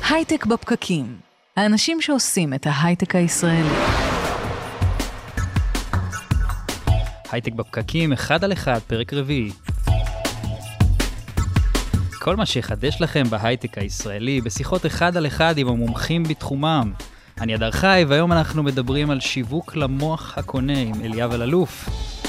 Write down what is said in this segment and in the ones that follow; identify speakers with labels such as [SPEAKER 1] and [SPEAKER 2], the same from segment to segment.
[SPEAKER 1] הייטק בפקקים. האנשים שעושים את ההייטק הישראלי.
[SPEAKER 2] הייטק בפקקים, 1 על 1, פרק רביעי. כל מה שיחדש לכם בהייטק הישראלי, בשיחות 1 על 1 עם המומחים בתחומם. אני אדר חי, והיום אנחנו מדברים על שיווק למוח הקונה עם אליאב אלאלוף.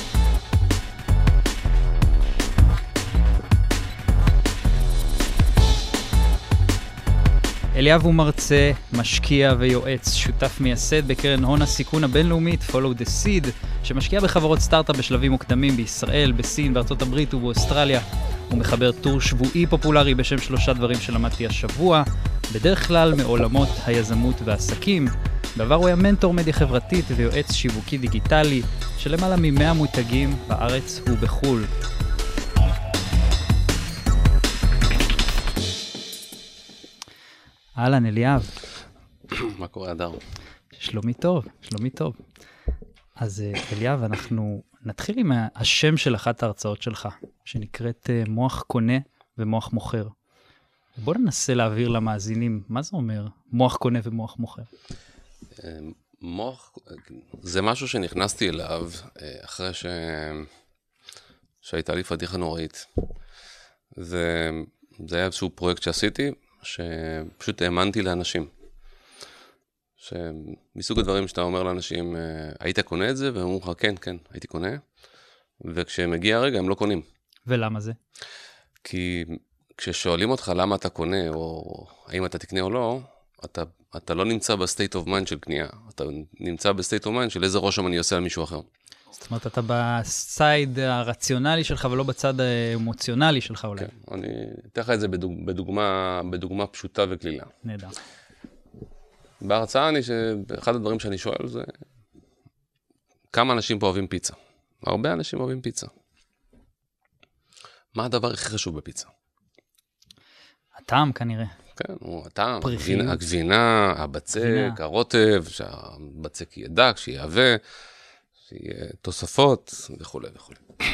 [SPEAKER 2] אליאב הוא מרצה, משקיע ויועץ, שותף מייסד בקרן הון הסיכון הבינלאומית Follow the Seed, שמשקיע בחברות סטארט-אפ בשלבים מוקדמים בישראל, בסין, בארצות הברית ובאוסטרליה. הוא מחבר טור שבועי פופולרי בשם 3 דברים שלמדתי השבוע, בדרך כלל מעולמות היזמות והעסקים. בעבר הוא היה מנטור מדיה חברתית ויועץ שיווקי דיגיטלי של למעלה מ100 מותגים בארץ ובחול. אהלן אליאב.
[SPEAKER 3] מה קורה אדר?
[SPEAKER 2] שלומי טוב, שלומי טוב. אז אליאב, אנחנו נתחיל עם השם של אחת ההרצאות שלך, שנקראת מוח קונה ומוח מוכר. בוא ננסה להעביר למאזינים, מה זה אומר מוח קונה ומוח מוכר?
[SPEAKER 3] מוח, זה משהו שנכנסתי אליו אחרי שהייתה לי פדיחה נוראית. זה היה איזשהו פרויקט שעשיתי, שפשוט האמנתי לאנשים. שמסוג הדברים שאתה אומר לאנשים, היית קונה את זה? והם אומרים לך, כן, כן, הייתי קונה. וכשמגיע הרגע, הם לא קונים.
[SPEAKER 2] ולמה זה?
[SPEAKER 3] כי כששואלים אותך למה אתה קונה, או האם אתה תקנה או לא, אתה לא נמצא בסטייט אוף מיינד של קנייה. אתה נמצא בסטייט אוף מיינד של איזה רושם אני עושה על מישהו אחר.
[SPEAKER 2] זאת אומרת, אתה בסייד הרציונלי שלך, ולא בצד האמוציונלי שלך אולי.
[SPEAKER 3] כן, אני אתן לך את זה בדוגמה פשוטה וכלילה.
[SPEAKER 2] נהדר.
[SPEAKER 3] בהרצאה אחד הדברים שאני שואל זה, כמה אנשים פה אוהבים פיצה? הרבה אנשים אוהבים פיצה. מה הדבר הכי חשוב בפיצה?
[SPEAKER 2] הטעם כנראה.
[SPEAKER 3] כן, הוא הטעם,
[SPEAKER 2] פריחיות.
[SPEAKER 3] הגבינה, הבצק, הרוטב, שהבצק יהיה דק, שיהיה עבה, שיהיה תוספות וכו' וכו'.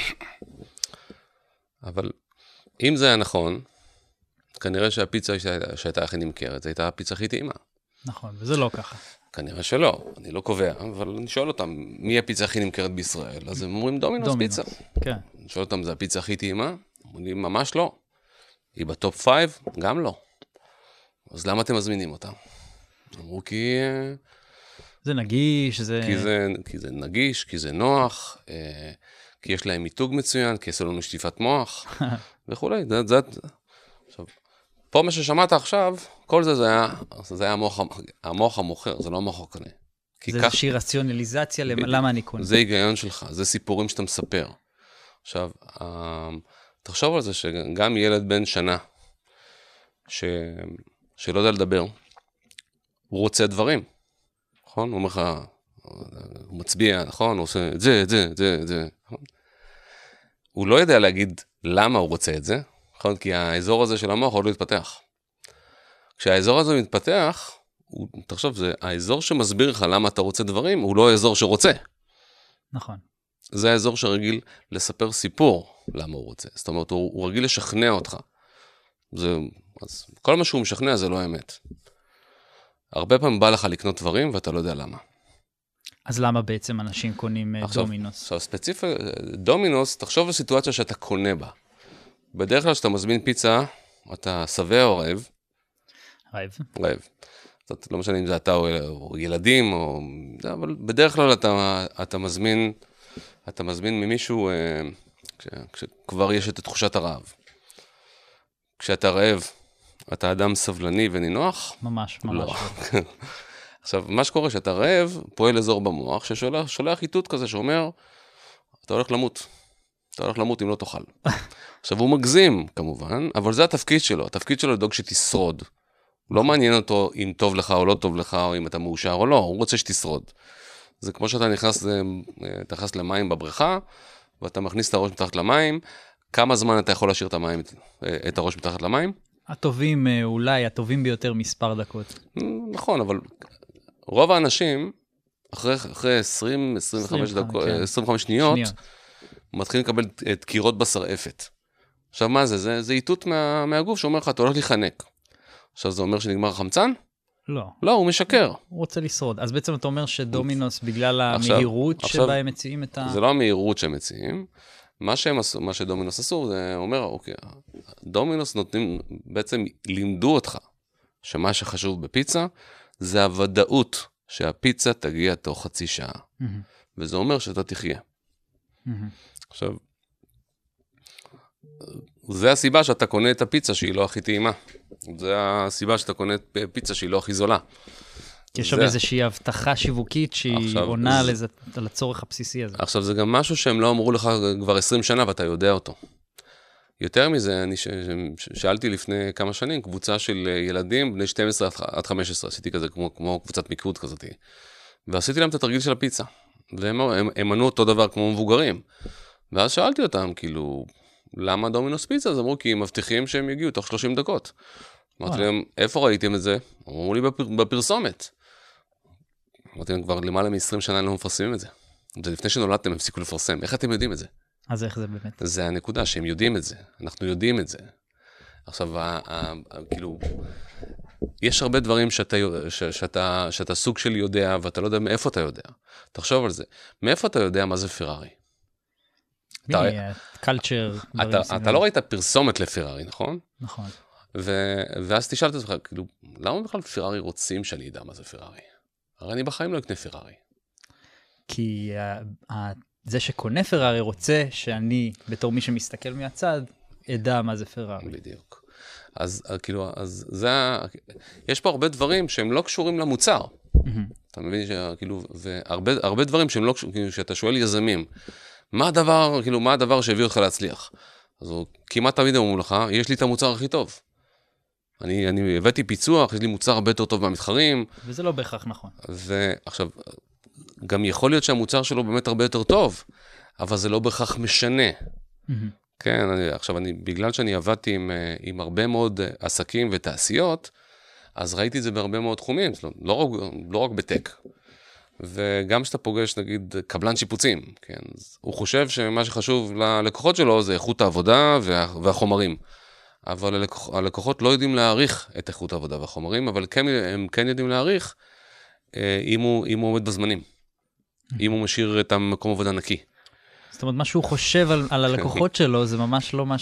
[SPEAKER 3] אבל אם זה היה נכון, כנראה שהפיצה שהייתה הכי נמכרת, הייתה הפיצה הכי טעימה.
[SPEAKER 2] נכון, וזה לא ככה.
[SPEAKER 3] כנראה שלא, אני לא קובע, אבל אני שואל אותם, מי הפיצה הכי נמכרת בישראל? אז הם אומרים דומינוס פיצה.
[SPEAKER 2] כן.
[SPEAKER 3] אני שואל אותם, זה הפיצה הכי טעימה? אומרים, ממש לא. היא בטופ 5? גם לא. אז למה אתם מזמינים אותה? אמרו, כי...
[SPEAKER 2] זה נגיש,
[SPEAKER 3] כי זה נגיש, כי זה נוח, כי יש להם מיתוג מצוין, כי יש לנו שטיפת מוח, וכו'. עכשיו, פה מה ששמעת עכשיו, כל זה היה המוח המוכר, זה לא המוח הקונה.
[SPEAKER 2] זה איזושהי רציונליזציה למה אני קונה.
[SPEAKER 3] זה היגיון שלך, זה סיפורים שאתה מספר. עכשיו, תחשוב על זה שגם ילד בן שנה, שלא יודע לדבר, הוא רוצה דברים. נכון? הוא אומר לך, הוא מצביע, נכון? הוא עושה את זה. נכון? הוא לא יודע להגיד למה הוא רוצה את זה, נכון? כי האזור הזה של המוח עוד לא התפתח. כשהאזור הזה מתפתח, תחשוב, זה האזור שמסביר לך למה אתה רוצה דברים, הוא לא האזור שרוצה.
[SPEAKER 2] נכון.
[SPEAKER 3] זה האזור שרגיל לספר סיפור למה הוא רוצה. זאת אומרת, הוא רגיל לשכנע אותך. אז כל מה שהוא משכנע זה לא האמת. הרבה פעמים בא לך לקנות דברים ואתה לא יודע למה.
[SPEAKER 2] אז למה בעצם אנשים קונים דומינוס?
[SPEAKER 3] עכשיו, ספציפי, דומינוס, תחשוב על סיטואציה שאתה קונה בה. בדרך כלל שאתה מזמין פיצה, אתה שבע או רעב?
[SPEAKER 2] רעב.
[SPEAKER 3] רעב. לא משנה אם זה אתה או ילדים, אבל בדרך כלל אתה מזמין ממישהו כשכבר יש את תחושת הרעב. כשאתה רעב, אתה אדם סבלני ונינוח?
[SPEAKER 2] ממש.
[SPEAKER 3] לא. עכשיו, מה שקורה שאתה רעב, פועל אזור במוח, ששולח איתות כזה שאומר, אתה הולך למות. אתה הולך למות אם לא תאכל. עכשיו, הוא מגזים, כמובן, אבל זה התפקיד שלו. התפקיד שלו לדאוג שתשרוד. לא מעניין אותו אם טוב לך או לא טוב לך, או אם אתה מאושר או לא, הוא רוצה שתשרוד. זה כמו שאתה נכנס למים בבריכה, ואתה מכניס את הראש מתחת למים, כמה זמן אתה יכול להשאיר את הראש מתחת למים?
[SPEAKER 2] הטובים, אולי הטובים ביותר מספר דקות.
[SPEAKER 3] נכון, אבל רוב האנשים, אחרי 25 דקות, 25 שניות, מתחילים לקבל דקירות בשרעפת. עכשיו מה זה? זה איתות מהגוף שאומר לך, אתה הולך להיחנק. עכשיו זה אומר שנגמר החמצן?
[SPEAKER 2] לא.
[SPEAKER 3] לא, הוא משקר.
[SPEAKER 2] הוא רוצה לשרוד. אז בעצם אתה אומר שדומינוס, בגלל המהירות שבה הם מציעים את ה...
[SPEAKER 3] זה לא המהירות שהם מציעים. מה שדומינוס עשו, זה אומר, אוקיי, דומינוס בעצם לימדו אותך, שמה שחשוב בפיצה, זה הוודאות שהפיצה תגיע תוך חצי שעה. וזה אומר שאתה תחיה. עכשיו, זה הסיבה שאתה קונה את הפיצה שהיא לא הכי טעימה. זה הסיבה שאתה קונה את פיצה שהיא לא הכי זולה.
[SPEAKER 2] כי יש שם איזושהי הבטחה שיווקית שהיא עונה על הצורך הבסיסי הזה.
[SPEAKER 3] עכשיו, זה גם משהו שהם לא אמרו לך כבר 20 שנה ואתה יודע אותו. יותר מזה, אני שאלתי לפני כמה שנים, קבוצה של ילדים בני 12 עד 15, עשיתי כזה כמו קבוצת מיקוד כזאת. ועשיתי להם את התרגיל של הפיצה. והם מנו אותו דבר כמו מבוגרים. ואז שאלתי אותם, כאילו, למה דומינוס פיצה? אז אמרו, כי הם מבטיחים שהם יגיעו תוך 30 דקות. אמרתי להם, איפה ראיתם את זה? אמרו לי, בפרסומת. אמרתי להם, כבר למעלה מ-20 שנה לא מפרסמים את זה. זה לפני שנולדתם, הם הפסיקו לפרסם. איך אתם יודעים את זה?
[SPEAKER 2] אז איך זה באמת?
[SPEAKER 3] זה הנקודה, שהם יודעים את זה. אנחנו יודעים את זה. עכשיו, כאילו, יש הרבה דברים שאתה סוג של יודע, ואתה לא יודע מאיפה אתה יודע. תחשוב על זה. מאיפה אתה יודע מה זה פרארי?
[SPEAKER 2] קלצ'ר.
[SPEAKER 3] אתה לא ראית פרסומת לפרארי, נכון?
[SPEAKER 2] נכון.
[SPEAKER 3] ואז תשאל את עצמך, כאילו, למה בכלל פרארי רוצים שאני אדע מה זה פרארי? הרי אני בחיים לא אקנה פרארי.
[SPEAKER 2] כי זה שקונה פרארי רוצה שאני, בתור מי שמסתכל מהצד, אדע מה זה פרארי.
[SPEAKER 3] בדיוק. אז כאילו, יש פה הרבה דברים שהם לא קשורים למוצר. אתה מבין שכאילו, והרבה דברים שהם לא קשורים, שאתה שואל יזמים, מה הדבר שהביא אותך להצליח? אז כמעט תמיד אמרו לך, יש לי את המוצר הכי טוב. אני הבאתי פיצוח, יש לי מוצר הרבה יותר טוב מהמתחרים.
[SPEAKER 2] וזה לא בהכרח נכון.
[SPEAKER 3] ועכשיו, גם יכול להיות שהמוצר שלו באמת הרבה יותר טוב, אבל זה לא בהכרח משנה. כן, עכשיו, בגלל שאני עבדתי עם הרבה מאוד עסקים ותעשיות, אז ראיתי את זה בהרבה מאוד תחומים, לא רק בטק. וגם שאתה פוגש, נגיד, קבלן שיפוצים, כן, הוא חושב שמה שחשוב ללקוחות שלו זה איכות העבודה והחומרים. אבל הלקוחות לא יודעים להעריך את איכות העבודה והחומרים, אבל הם כן יודעים להעריך אם הוא עומד בזמנים. אם הוא משאיר את המקום עבודה נקי.
[SPEAKER 2] זאת אומרת, מה שהוא חושב על הלקוחות שלו, זה ממש לא מה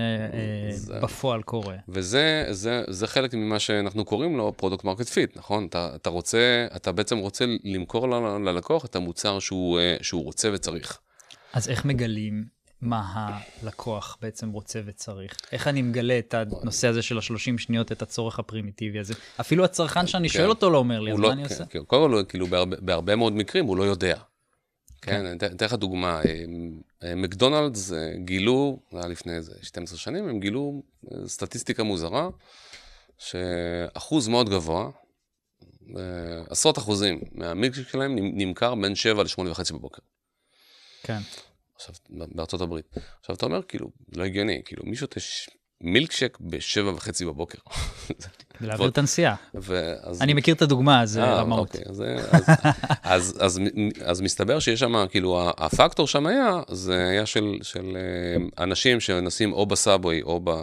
[SPEAKER 2] שבפועל קורה.
[SPEAKER 3] וזה חלק ממה שאנחנו קוראים לו פרודוקט מרקט פיט, נכון? אתה בעצם רוצה למכור ללקוח את המוצר שהוא רוצה וצריך.
[SPEAKER 2] אז איך מגלים מה הלקוח בעצם רוצה וצריך? איך אני מגלה את הנושא הזה של 30 שניות, את הצורך הפרימיטיבי הזה? אפילו הצרכן שאני שואל אותו לא אומר לי, אז מה אני עושה?
[SPEAKER 3] קודם כל, כאילו, בהרבה מאוד מקרים הוא לא יודע. כן, אני אתן לך דוגמה, מקדונלדס גילו, זה היה לפני 12 שנים, הם גילו סטטיסטיקה מוזרה, שאחוז מאוד גבוה, עשרות אחוזים מהמילקשייק שלהם נמכר בין 7 ל8:30 בבוקר.
[SPEAKER 2] כן.
[SPEAKER 3] עכשיו, בארצות הברית. עכשיו, אתה אומר, כאילו, לא הגיוני, כאילו, מי שותה מילקשייק ב7:30 בבוקר.
[SPEAKER 2] ולהעביר את הנסיעה. אני מכיר את הדוגמה, אז רמאות.
[SPEAKER 3] אז מסתבר שיש שם, כאילו, הפקטור שם זה היה של אנשים שנסים או בסאבווי,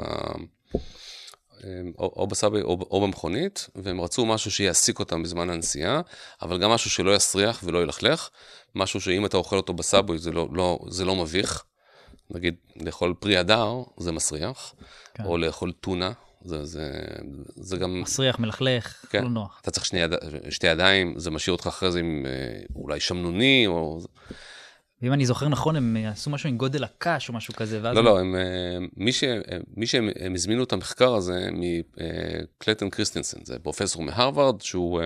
[SPEAKER 3] או בסאבווי או במכונית, והם רצו משהו שיעסיק אותם בזמן הנסיעה, אבל גם משהו שלא יסריח ולא ילכלך, משהו שאם אתה אוכל אותו בסאבווי זה לא מביך, נגיד לאכול פרי הדר זה מסריח, או לאכול טונה, זה גם...
[SPEAKER 2] מסריח, מלכלך, לא נוח.
[SPEAKER 3] אתה צריך שתי ידיים, זה משאיר אותך אחרי זה עם אולי שמנוני, או...
[SPEAKER 2] ואם אני זוכר נכון, הם עשו משהו עם גודל הקש או משהו כזה.
[SPEAKER 3] לא, מי שהם הזמינו את המחקר הזה מקלטון קריסטנסן, זה פרופסור מהרווארד, שהוא,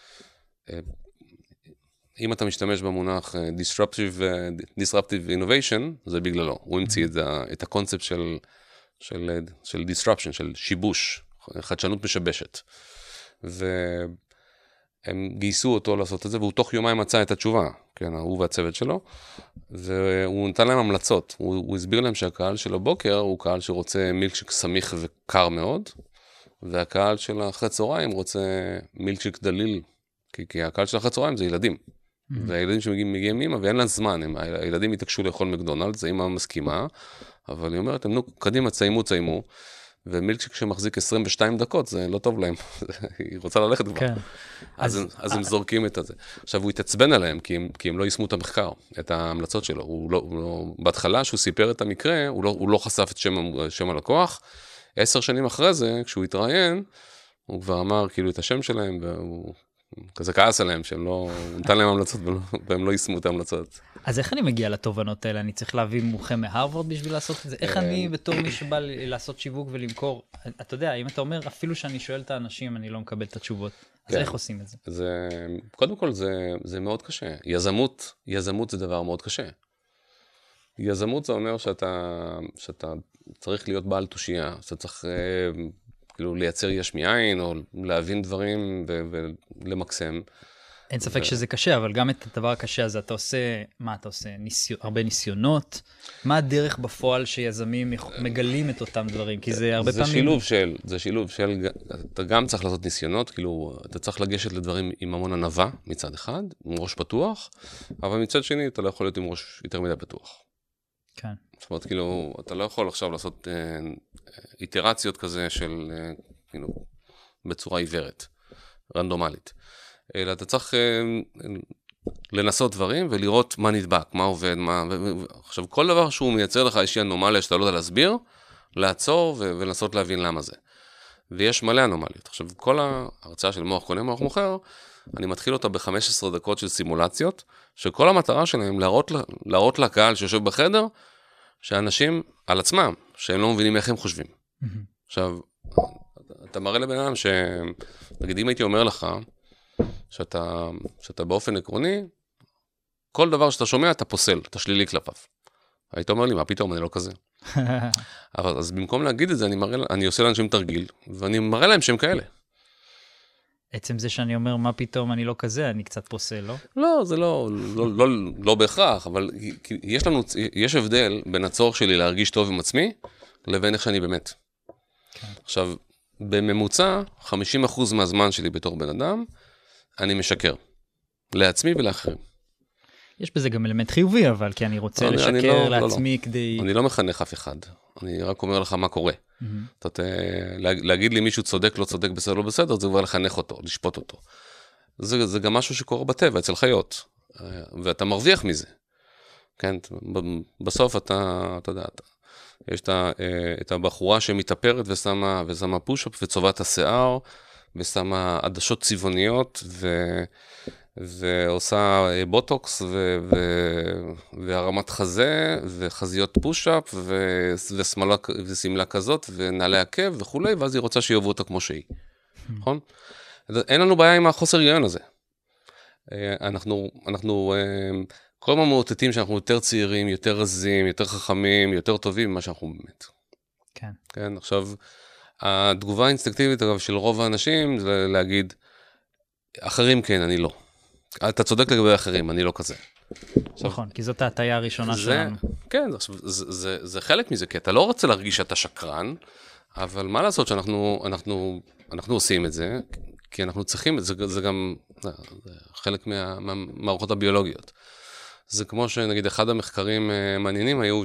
[SPEAKER 3] אם אתה משתמש במונח disruptive innovation, זה בגללו. הוא המציא את הקונספט של disruption, של שיבוש, חדשנות משבשת. הם גייסו אותו לעשות את זה, והוא תוך יומיים מצא את התשובה, כן, הוא והצוות שלו, והוא נתן להם המלצות. הוא הסביר להם שהקהל של הבוקר הוא קהל שרוצה מילקשיק סמיך וקר מאוד, והקהל של אחרי צהריים רוצה מילקשיק דליל, כי הקהל של אחרי צהריים זה ילדים. והילדים שמגיעים מאמא ואין להם זמן, הילדים יתעקשו לאכול מקדונלדס, זה אמא מסכימה, אבל היא אומרת, נו, קדימה, ציימו, ומילקשייק שמחזיק 22 דקות, זה לא טוב להם, היא רוצה ללכת כבר.
[SPEAKER 2] כן.
[SPEAKER 3] אז הם זורקים את זה. עכשיו, הוא התעצבן עליהם, כי הם לא יישמו את המחקר, את ההמלצות שלו. בהתחלה, שהוא סיפר את המקרה, הוא לא חשף את שם הלקוח. 10 שנים אחרי זה, כשהוא התראיין, הוא כבר אמר כאילו את השם שלהם, והוא כזה כעס עליהם, הוא נתן להם המלצות, והם לא יישמו את ההמלצות.
[SPEAKER 2] אז איך אני מגיע לתובנות האלה? אני צריך להביא מומחה מהרווארד בשביל לעשות את זה? איך אני בתור מי שבא לעשות שיווק ולמכור? אתה יודע, אם אתה אומר, אפילו שאני שואל את האנשים, אני לא מקבל את התשובות. אז איך עושים את זה?
[SPEAKER 3] קודם כל, זה מאוד קשה. יזמות זה דבר מאוד קשה. יזמות זה אומר שאתה צריך להיות בעל תושייה, שאתה צריך כאילו לייצר יש מאין, או להבין דברים ולמקסם.
[SPEAKER 2] אין ספק שזה קשה, אבל גם את הדבר הקשה הזה, אתה עושה, מה אתה עושה? הרבה ניסיונות? מה הדרך בפועל שיזמים מגלים את אותם דברים? כי זה הרבה פעמים...
[SPEAKER 3] זה שילוב של, אתה גם צריך לעשות ניסיונות, כאילו, אתה צריך לגשת לדברים עם המון ענווה מצד אחד, עם ראש פתוח, אבל מצד שני, אתה לא יכול להיות עם ראש יותר מדי פתוח.
[SPEAKER 2] כן.
[SPEAKER 3] זאת אומרת, כאילו, אתה לא יכול עכשיו לעשות איטרציות כזה של, כאילו, בצורה עיוורת, רנדומלית. אלא אתה צריך לנסות דברים ולראות מה נדבק, מה עובד, עכשיו, כל דבר שהוא מייצר לך איזושהי אנומליה שאתה לא יודע להסביר, לעצור ולנסות להבין למה זה. ויש מלא אנומליות. עכשיו, כל ההרצאה של מוח קונה, מוח מוכר, אני מתחיל אותה ב-15 דקות של סימולציות, שכל המטרה שלהם להראות לקהל שיושב בחדר, שאנשים על עצמם, שהם לא מבינים איך הם חושבים. עכשיו, אתה מראה לבן אדם נגיד, אם הייתי אומר לך, שאתה באופן עקרוני, כל דבר שאתה שומע, אתה פוסל, אתה שלילי כלפיו. היית אומר לי, מה פתאום, אני לא כזה. אבל אז במקום להגיד את זה, אני עושה לאנשים תרגיל, ואני מראה להם שהם כאלה.
[SPEAKER 2] עצם זה שאני אומר, מה פתאום, אני לא כזה, אני קצת פוסל, לא?
[SPEAKER 3] לא, זה לא בהכרח, אבל יש הבדל בין הצורך שלי להרגיש טוב עם עצמי, לבין איך שאני באמת. עכשיו, בממוצע, 50% מהזמן שלי בתור בן אדם, אני משקר. לעצמי ולאחרים.
[SPEAKER 2] יש בזה גם אלמנט חיובי, אבל כי אני רוצה לשקר לעצמי כדי...
[SPEAKER 3] אני לא מחנך אף אחד. אני רק אומר לך מה קורה. להגיד לי מישהו צודק, לא צודק, בסדר, לא בסדר, זה כבר לחנך אותו, לשפוט אותו. זה גם משהו שקורה בטבע, אצל חיות. ואתה מרוויח מזה. כן, בסוף אתה יודע, יש את הבחורה שמתאפרת ושמה פוש-אפ וצובעת השיער, ושמה עדשות צבעוניות, ועושה בוטוקס, והרמת חזה, וחזיות פוש-אפ, וסמלה כזאת, ונעלי עקב וכו', ואז היא רוצה שיאהבו אותה כמו שהיא. נכון? אין לנו בעיה עם החוסר היגיון הזה. אנחנו כל הזמן מאותתים שאנחנו יותר צעירים, יותר רזים, יותר חכמים, יותר טובים ממה שאנחנו באמת.
[SPEAKER 2] כן.
[SPEAKER 3] כן, עכשיו, התגובה האינסטינקטיבית, אגב, של רוב האנשים, זה להגיד, אחרים כן, אני לא. אתה צודק לגבי אחרים, אני לא כזה.
[SPEAKER 2] נכון, כי זאת ההטיה הראשונה שלנו.
[SPEAKER 3] כן, זה חלק מזה, כי אתה לא רוצה להרגיש שאתה שקרן, אבל מה לעשות שאנחנו עושים את זה, כי אנחנו צריכים, זה גם חלק מהמערכות הביולוגיות. זה כמו שנגיד אחד המחקרים מעניינים היו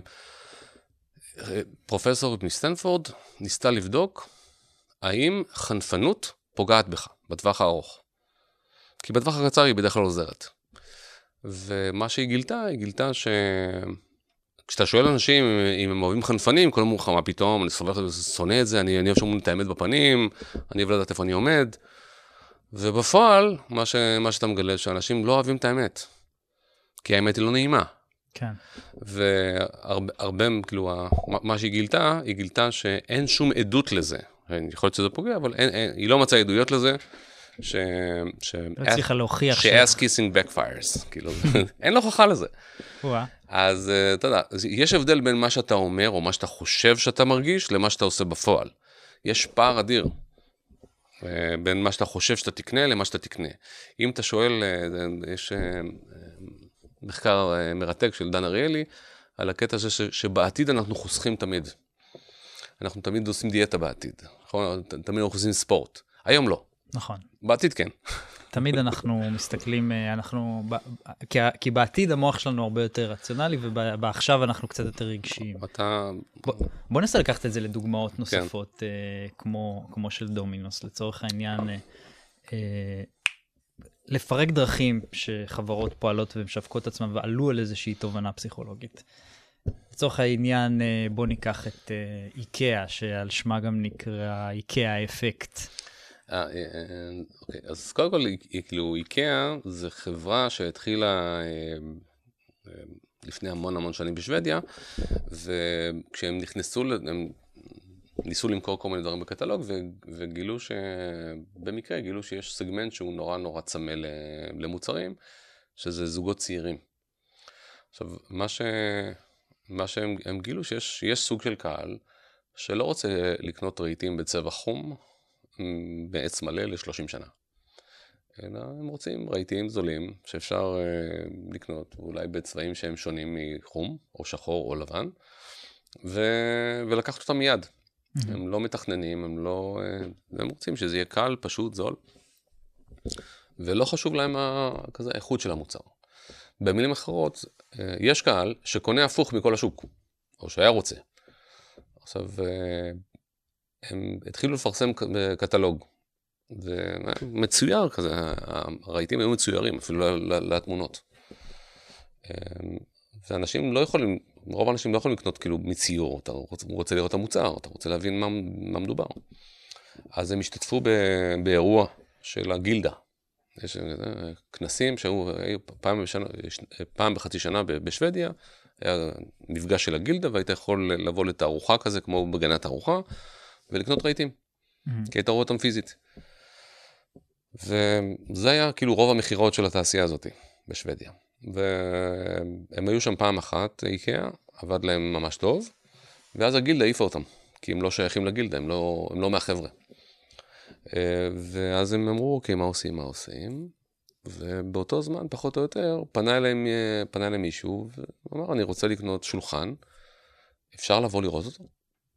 [SPEAKER 3] שפרופסור מסטנפורד ניסתה לבדוק האם חנפנות פוגעת בך בטווח הארוך. כי בטווח הקצר היא בדרך כלל עוזרת. ומה שהיא גילתה כשאתה שואל אנשים אם הם אוהבים חנפנים, כל אומרים לך מה פתאום, אני שונא את זה, אני אוהב שאומרים את האמת בפנים, אני אוהב לדעת איפה אני עומד. ובפועל, מה שאתה מגלה, שאנשים לא אוהבים את האמת. כי האמת היא לא נעימה.
[SPEAKER 2] כן.
[SPEAKER 3] והרבה, כאילו, מה שהיא גילתה שאין שום עדות לזה. יכול להיות שזה פוגע, אבל היא לא מצאה עדויות לזה,
[SPEAKER 2] לא צריכה להוכיח
[SPEAKER 3] ש-ass kissing backfires, כאילו, אין לו הוכחה לזה. אז אתה יודע, יש הבדל בין מה שאתה אומר, או מה שאתה חושב שאתה מרגיש, למה שאתה עושה בפועל. יש פער אדיר. בין מה שאתה חושב שאתה תקנה, למה שאתה תקנה. אם אתה שואל, יש מחקר מרתק של דן אריאלי, על הקטע שבעתיד אנחנו חוסכים תמיד. אנחנו תמיד עושים דיאטה בעתיד. תמיד אנחנו עושים ספורט. היום לא.
[SPEAKER 2] נכון.
[SPEAKER 3] בעתיד כן.
[SPEAKER 2] תמיד אנחנו מסתכלים, כי בעתיד המוח שלנו הרבה יותר רציונלי, ובעכשיו אנחנו קצת יותר רגשיים. בוא ננסה לקחת את זה לדוגמאות נוספות, כמו של דומינוס, לצורך העניין, לפרק דרכים שחברות פועלות ומשווקות עצמם, ועלו על איזושהי תובנה פסיכולוגית. לצורך העניין, בוא ניקח את איקאה, שעל שמה גם נקרא איקאה אפקט.
[SPEAKER 3] אוקיי, אז קודם כל, כאילו, איקאה זה חברה שהתחילה לפני המון שנים בשוודיה, וכשהם נכנסו, הם ניסו למכור כל מיני דברים בקטלוג, וגילו במקרה גילו שיש סגמנט שהוא נורא צמא למוצרים, שזה זוגות צעירים. עכשיו, מה שהם גילו שיש סוג של קהל, שלא רוצה לקנות רהיטים בצבע חום, בעץ מלא ל-30 שנה. אלא הם רוצים רהיטים זולים שאפשר לקנות, אולי בצבעים שהם שונים מחום, או שחור או לבן, ולקחת אותם מיד. הם לא מתכננים, הם רוצים שזה יהיה קל, פשוט, זול, ולא חשוב להם כזה האיכות של המוצר. במילים אחרות, יש קהל שקונה הפוך מכל השוק, או שהיה רוצה. עכשיו, הם התחילו לפרסם קטלוג, ומצויר כזה, הרהיטים היו מצוירים, אפילו לתמונות. ואנשים לא יכולים, רוב האנשים לא יכולים לקנות כאילו מציור, אתה רוצה לראות את המוצר, אתה רוצה להבין מה מדובר. אז הם השתתפו באירוע של הגילדה. יש כנסים שהיו פעם בחצי שנה בשוודיה, היה מפגש של הגילדה, והיית יכול לבוא לתערוכה כזה, כמו בגנת תערוכה, ולקנות רהיטים, כי היית רואה אותם פיזית. וזה היה כאילו רוב המחירות של התעשייה הזאת בשוודיה. והם היו שם פעם אחת, איקאה, עבד להם ממש טוב, ואז הגילדה העיפה אותם, כי הם לא שייכים לגילדה, הם לא מהחבר'ה. ואז הם אמרו, אוקיי, מה עושים? ובאותו זמן, פחות או יותר, פנה אליהם מישהו, ואמר, אני רוצה לקנות שולחן, אפשר לבוא לראות אותו?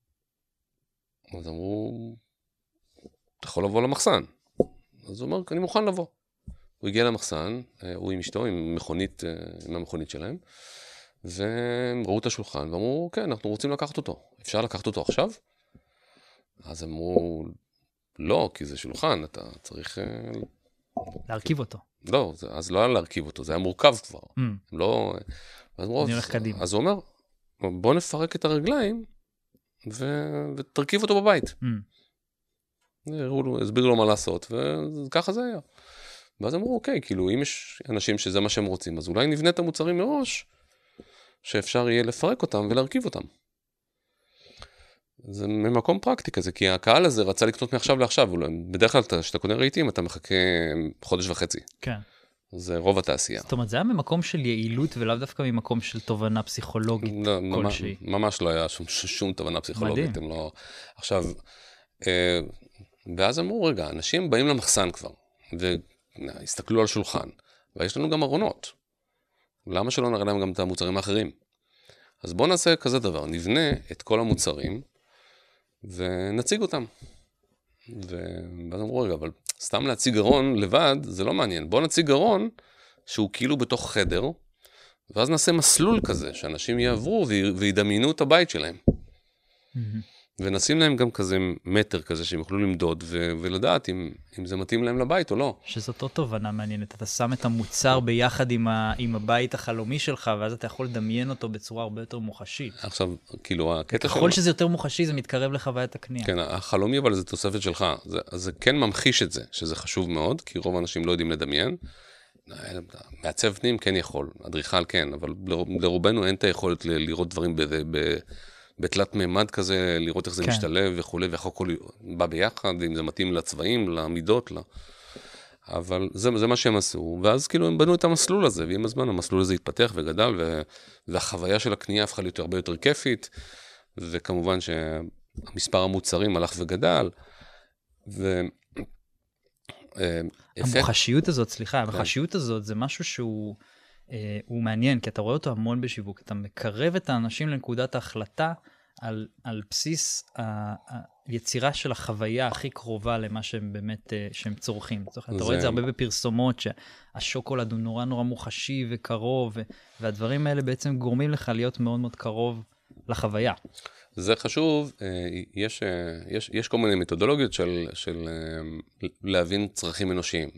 [SPEAKER 3] אז אמרו, אתה יכול לבוא למחסן. אז הוא אומר, אני מוכן לבוא. הוא הגיע למחסן, הוא עם אשתו, עם המכונית שלהם, והם ראו את השולחן, ואמרו, כן, אנחנו רוצים לקחת אותו. אפשר לקחת אותו עכשיו? אז אמרו, לא, כי זה שולחן, אתה צריך...
[SPEAKER 2] להרכיב אותו.
[SPEAKER 3] לא, אז לא היה להרכיב אותו, זה היה מורכב כבר. לא...
[SPEAKER 2] אני הולך קדימה.
[SPEAKER 3] אז הוא אומר, בוא נפרק את הרגליים, ותרכיב אותו בבית. הסבירו לו מה לעשות, וככה זה היה. ואז אמרו, אוקיי, כאילו, אם יש אנשים שזה מה שהם רוצים, אז אולי נבנה את המוצרים מראש, שאפשר יהיה לפרק אותם ולהרכיב אותם. זה ממקום פרקטי כזה, כי הקהל הזה רצה לקנות מעכשיו לעכשיו, בדרך כלל כשאתה קונה רהיטים, אתה מחכה חודש וחצי.
[SPEAKER 2] כן.
[SPEAKER 3] זה רוב התעשייה.
[SPEAKER 2] זאת אומרת, זה היה ממקום של יעילות, ולאו דווקא ממקום של תובנה פסיכולוגית כלשהי.
[SPEAKER 3] ממש לא היה שום תובנה פסיכולוגית.
[SPEAKER 2] מדהים.
[SPEAKER 3] עכשיו, ואז אמרו, רגע, אנשים באים למחסן כבר, והסתכלו על שולחן, ויש לנו גם ארונות. למה שלא נראה להם גם את המוצרים האחרים? אז בואו נעשה כזה דבר, נבנה את כל המוצרים, ונציג אותם. ואז אמרו, רגע, אבל סתם להציג ארון לבד, זה לא מעניין. בואו נציג ארון שהוא כאילו בתוך חדר, ואז נעשה מסלול כזה, שאנשים יעברו וידמיינו את הבית שלהם. ונשים להם גם כזה מטר כזה, שהם יוכלו למדוד, ולדעת אם זה מתאים להם לבית או לא.
[SPEAKER 2] שזאת עוד תובנה מעניינת. אתה שם את המוצר ביחד עם הבית החלומי שלך, ואז אתה יכול לדמיין אותו בצורה הרבה יותר מוחשית.
[SPEAKER 3] עכשיו, כאילו, הקטע
[SPEAKER 2] ככל שזה יותר מוחשי, זה מתקרב לחוויית הקנייה.
[SPEAKER 3] כן, החלומי, אבל זה תוספת שלך. זה כן ממחיש את זה, שזה חשוב מאוד, כי רוב האנשים לא יודעים לדמיין. מעצב פנים כן יכול, אדריכל כן, אבל לרובנו אין את היכולת לראות דברים בתלת מימד כזה, לראות איך זה משתלב וכו', ואיך הכל בא ביחד, אם זה מתאים לצבעים, למידות, אבל זה מה שהם עשו, ואז כאילו הם בנו את המסלול הזה, ועם הזמן המסלול הזה התפתח וגדל, והחוויה של הקנייה הפכה להיות הרבה יותר כיפית, וכמובן שהמספר המוצרים הלך וגדל,
[SPEAKER 2] המוחשיות הזאת, סליחה, המוחשיות הזאת זה משהו שהוא מעניין, כי אתה רואה אותו המון בשיווק, אתה מקרב את האנשים לנקודת ההחלטה, על בסיס היצירה של החוויה הכי קרובה למה שהם באמת, שהם צורכים. אתה רואה את זה הרבה בפרסומות, שהשוקולד הוא נורא נורא מוחשי וקרוב, והדברים האלה בעצם גורמים לך להיות מאוד מאוד קרוב לחוויה.
[SPEAKER 3] זה חשוב, יש כל מיני מתודולוגיות של להבין צרכים אנושיים.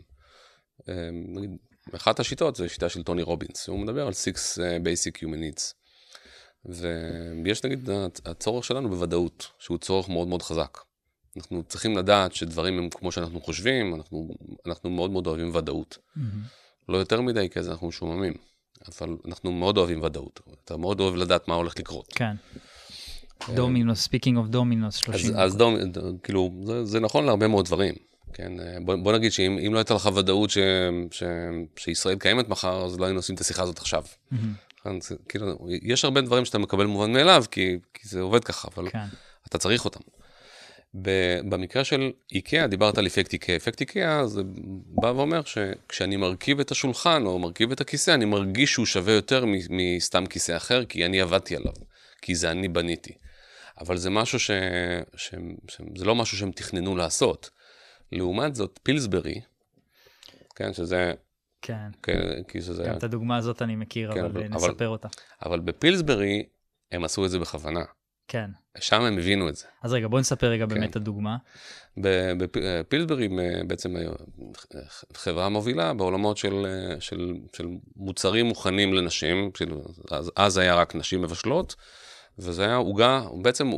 [SPEAKER 3] אחת השיטות זה שיטה של טוני רובינס, הוא מדבר על 6 basic human needs. ויש נגיד הצורך שלנו בוודאות, שהוא צורך מאוד מאוד חזק. אנחנו צריכים לדעת שדברים הם כמו שאנחנו חושבים, אנחנו מאוד מאוד אוהבים ודאות. לא יותר מדי, כי אז אנחנו משוממים, אבל אנחנו מאוד אוהבים ודאות. אתה מאוד אוהב לדעת מה הולך לקרות.
[SPEAKER 2] כן. דומינוס, speaking of דומינוס, 30.
[SPEAKER 3] אז כאילו, זה נכון להרבה מאוד דברים. כן, בוא נגיד שאם לא הייתה לך ודאות שישראל קיימת מחר, אז לא היינו עושים את השיחה הזאת עכשיו. כאילו, יש הרבה דברים שאתה מקבל מובן מאליו, כי זה עובד ככה, אבל אתה צריך אותם. במקרה של איקאה, דיברת על אפקט איקאה. אפקט איקאה זה בא ואומר שכשאני מרכיב את השולחן או מרכיב את הכיסא, אני מרגיש שהוא שווה יותר מסתם כיסא אחר, כי אני עבדתי עליו, כי זה אני בניתי. אבל זה משהו זה לא משהו שהם תכננו לעשות. לעומת זאת, פילסברי, כן, שזה...
[SPEAKER 2] כן,
[SPEAKER 3] כי שזה...
[SPEAKER 2] גם את הדוגמה הזאת אני מכיר, אבל נספר אותה.
[SPEAKER 3] אבל בפילסברי, הם עשו את זה בכוונה.
[SPEAKER 2] כן.
[SPEAKER 3] שם הם הבינו את זה.
[SPEAKER 2] אז רגע, בוא נספר רגע באמת את הדוגמה.
[SPEAKER 3] בפילסברי בעצם חברה מובילה בעולמות של מוצרים מוכנים לנשים, אז היה רק נשים מבשלות, וזה היה עוגה, בעצם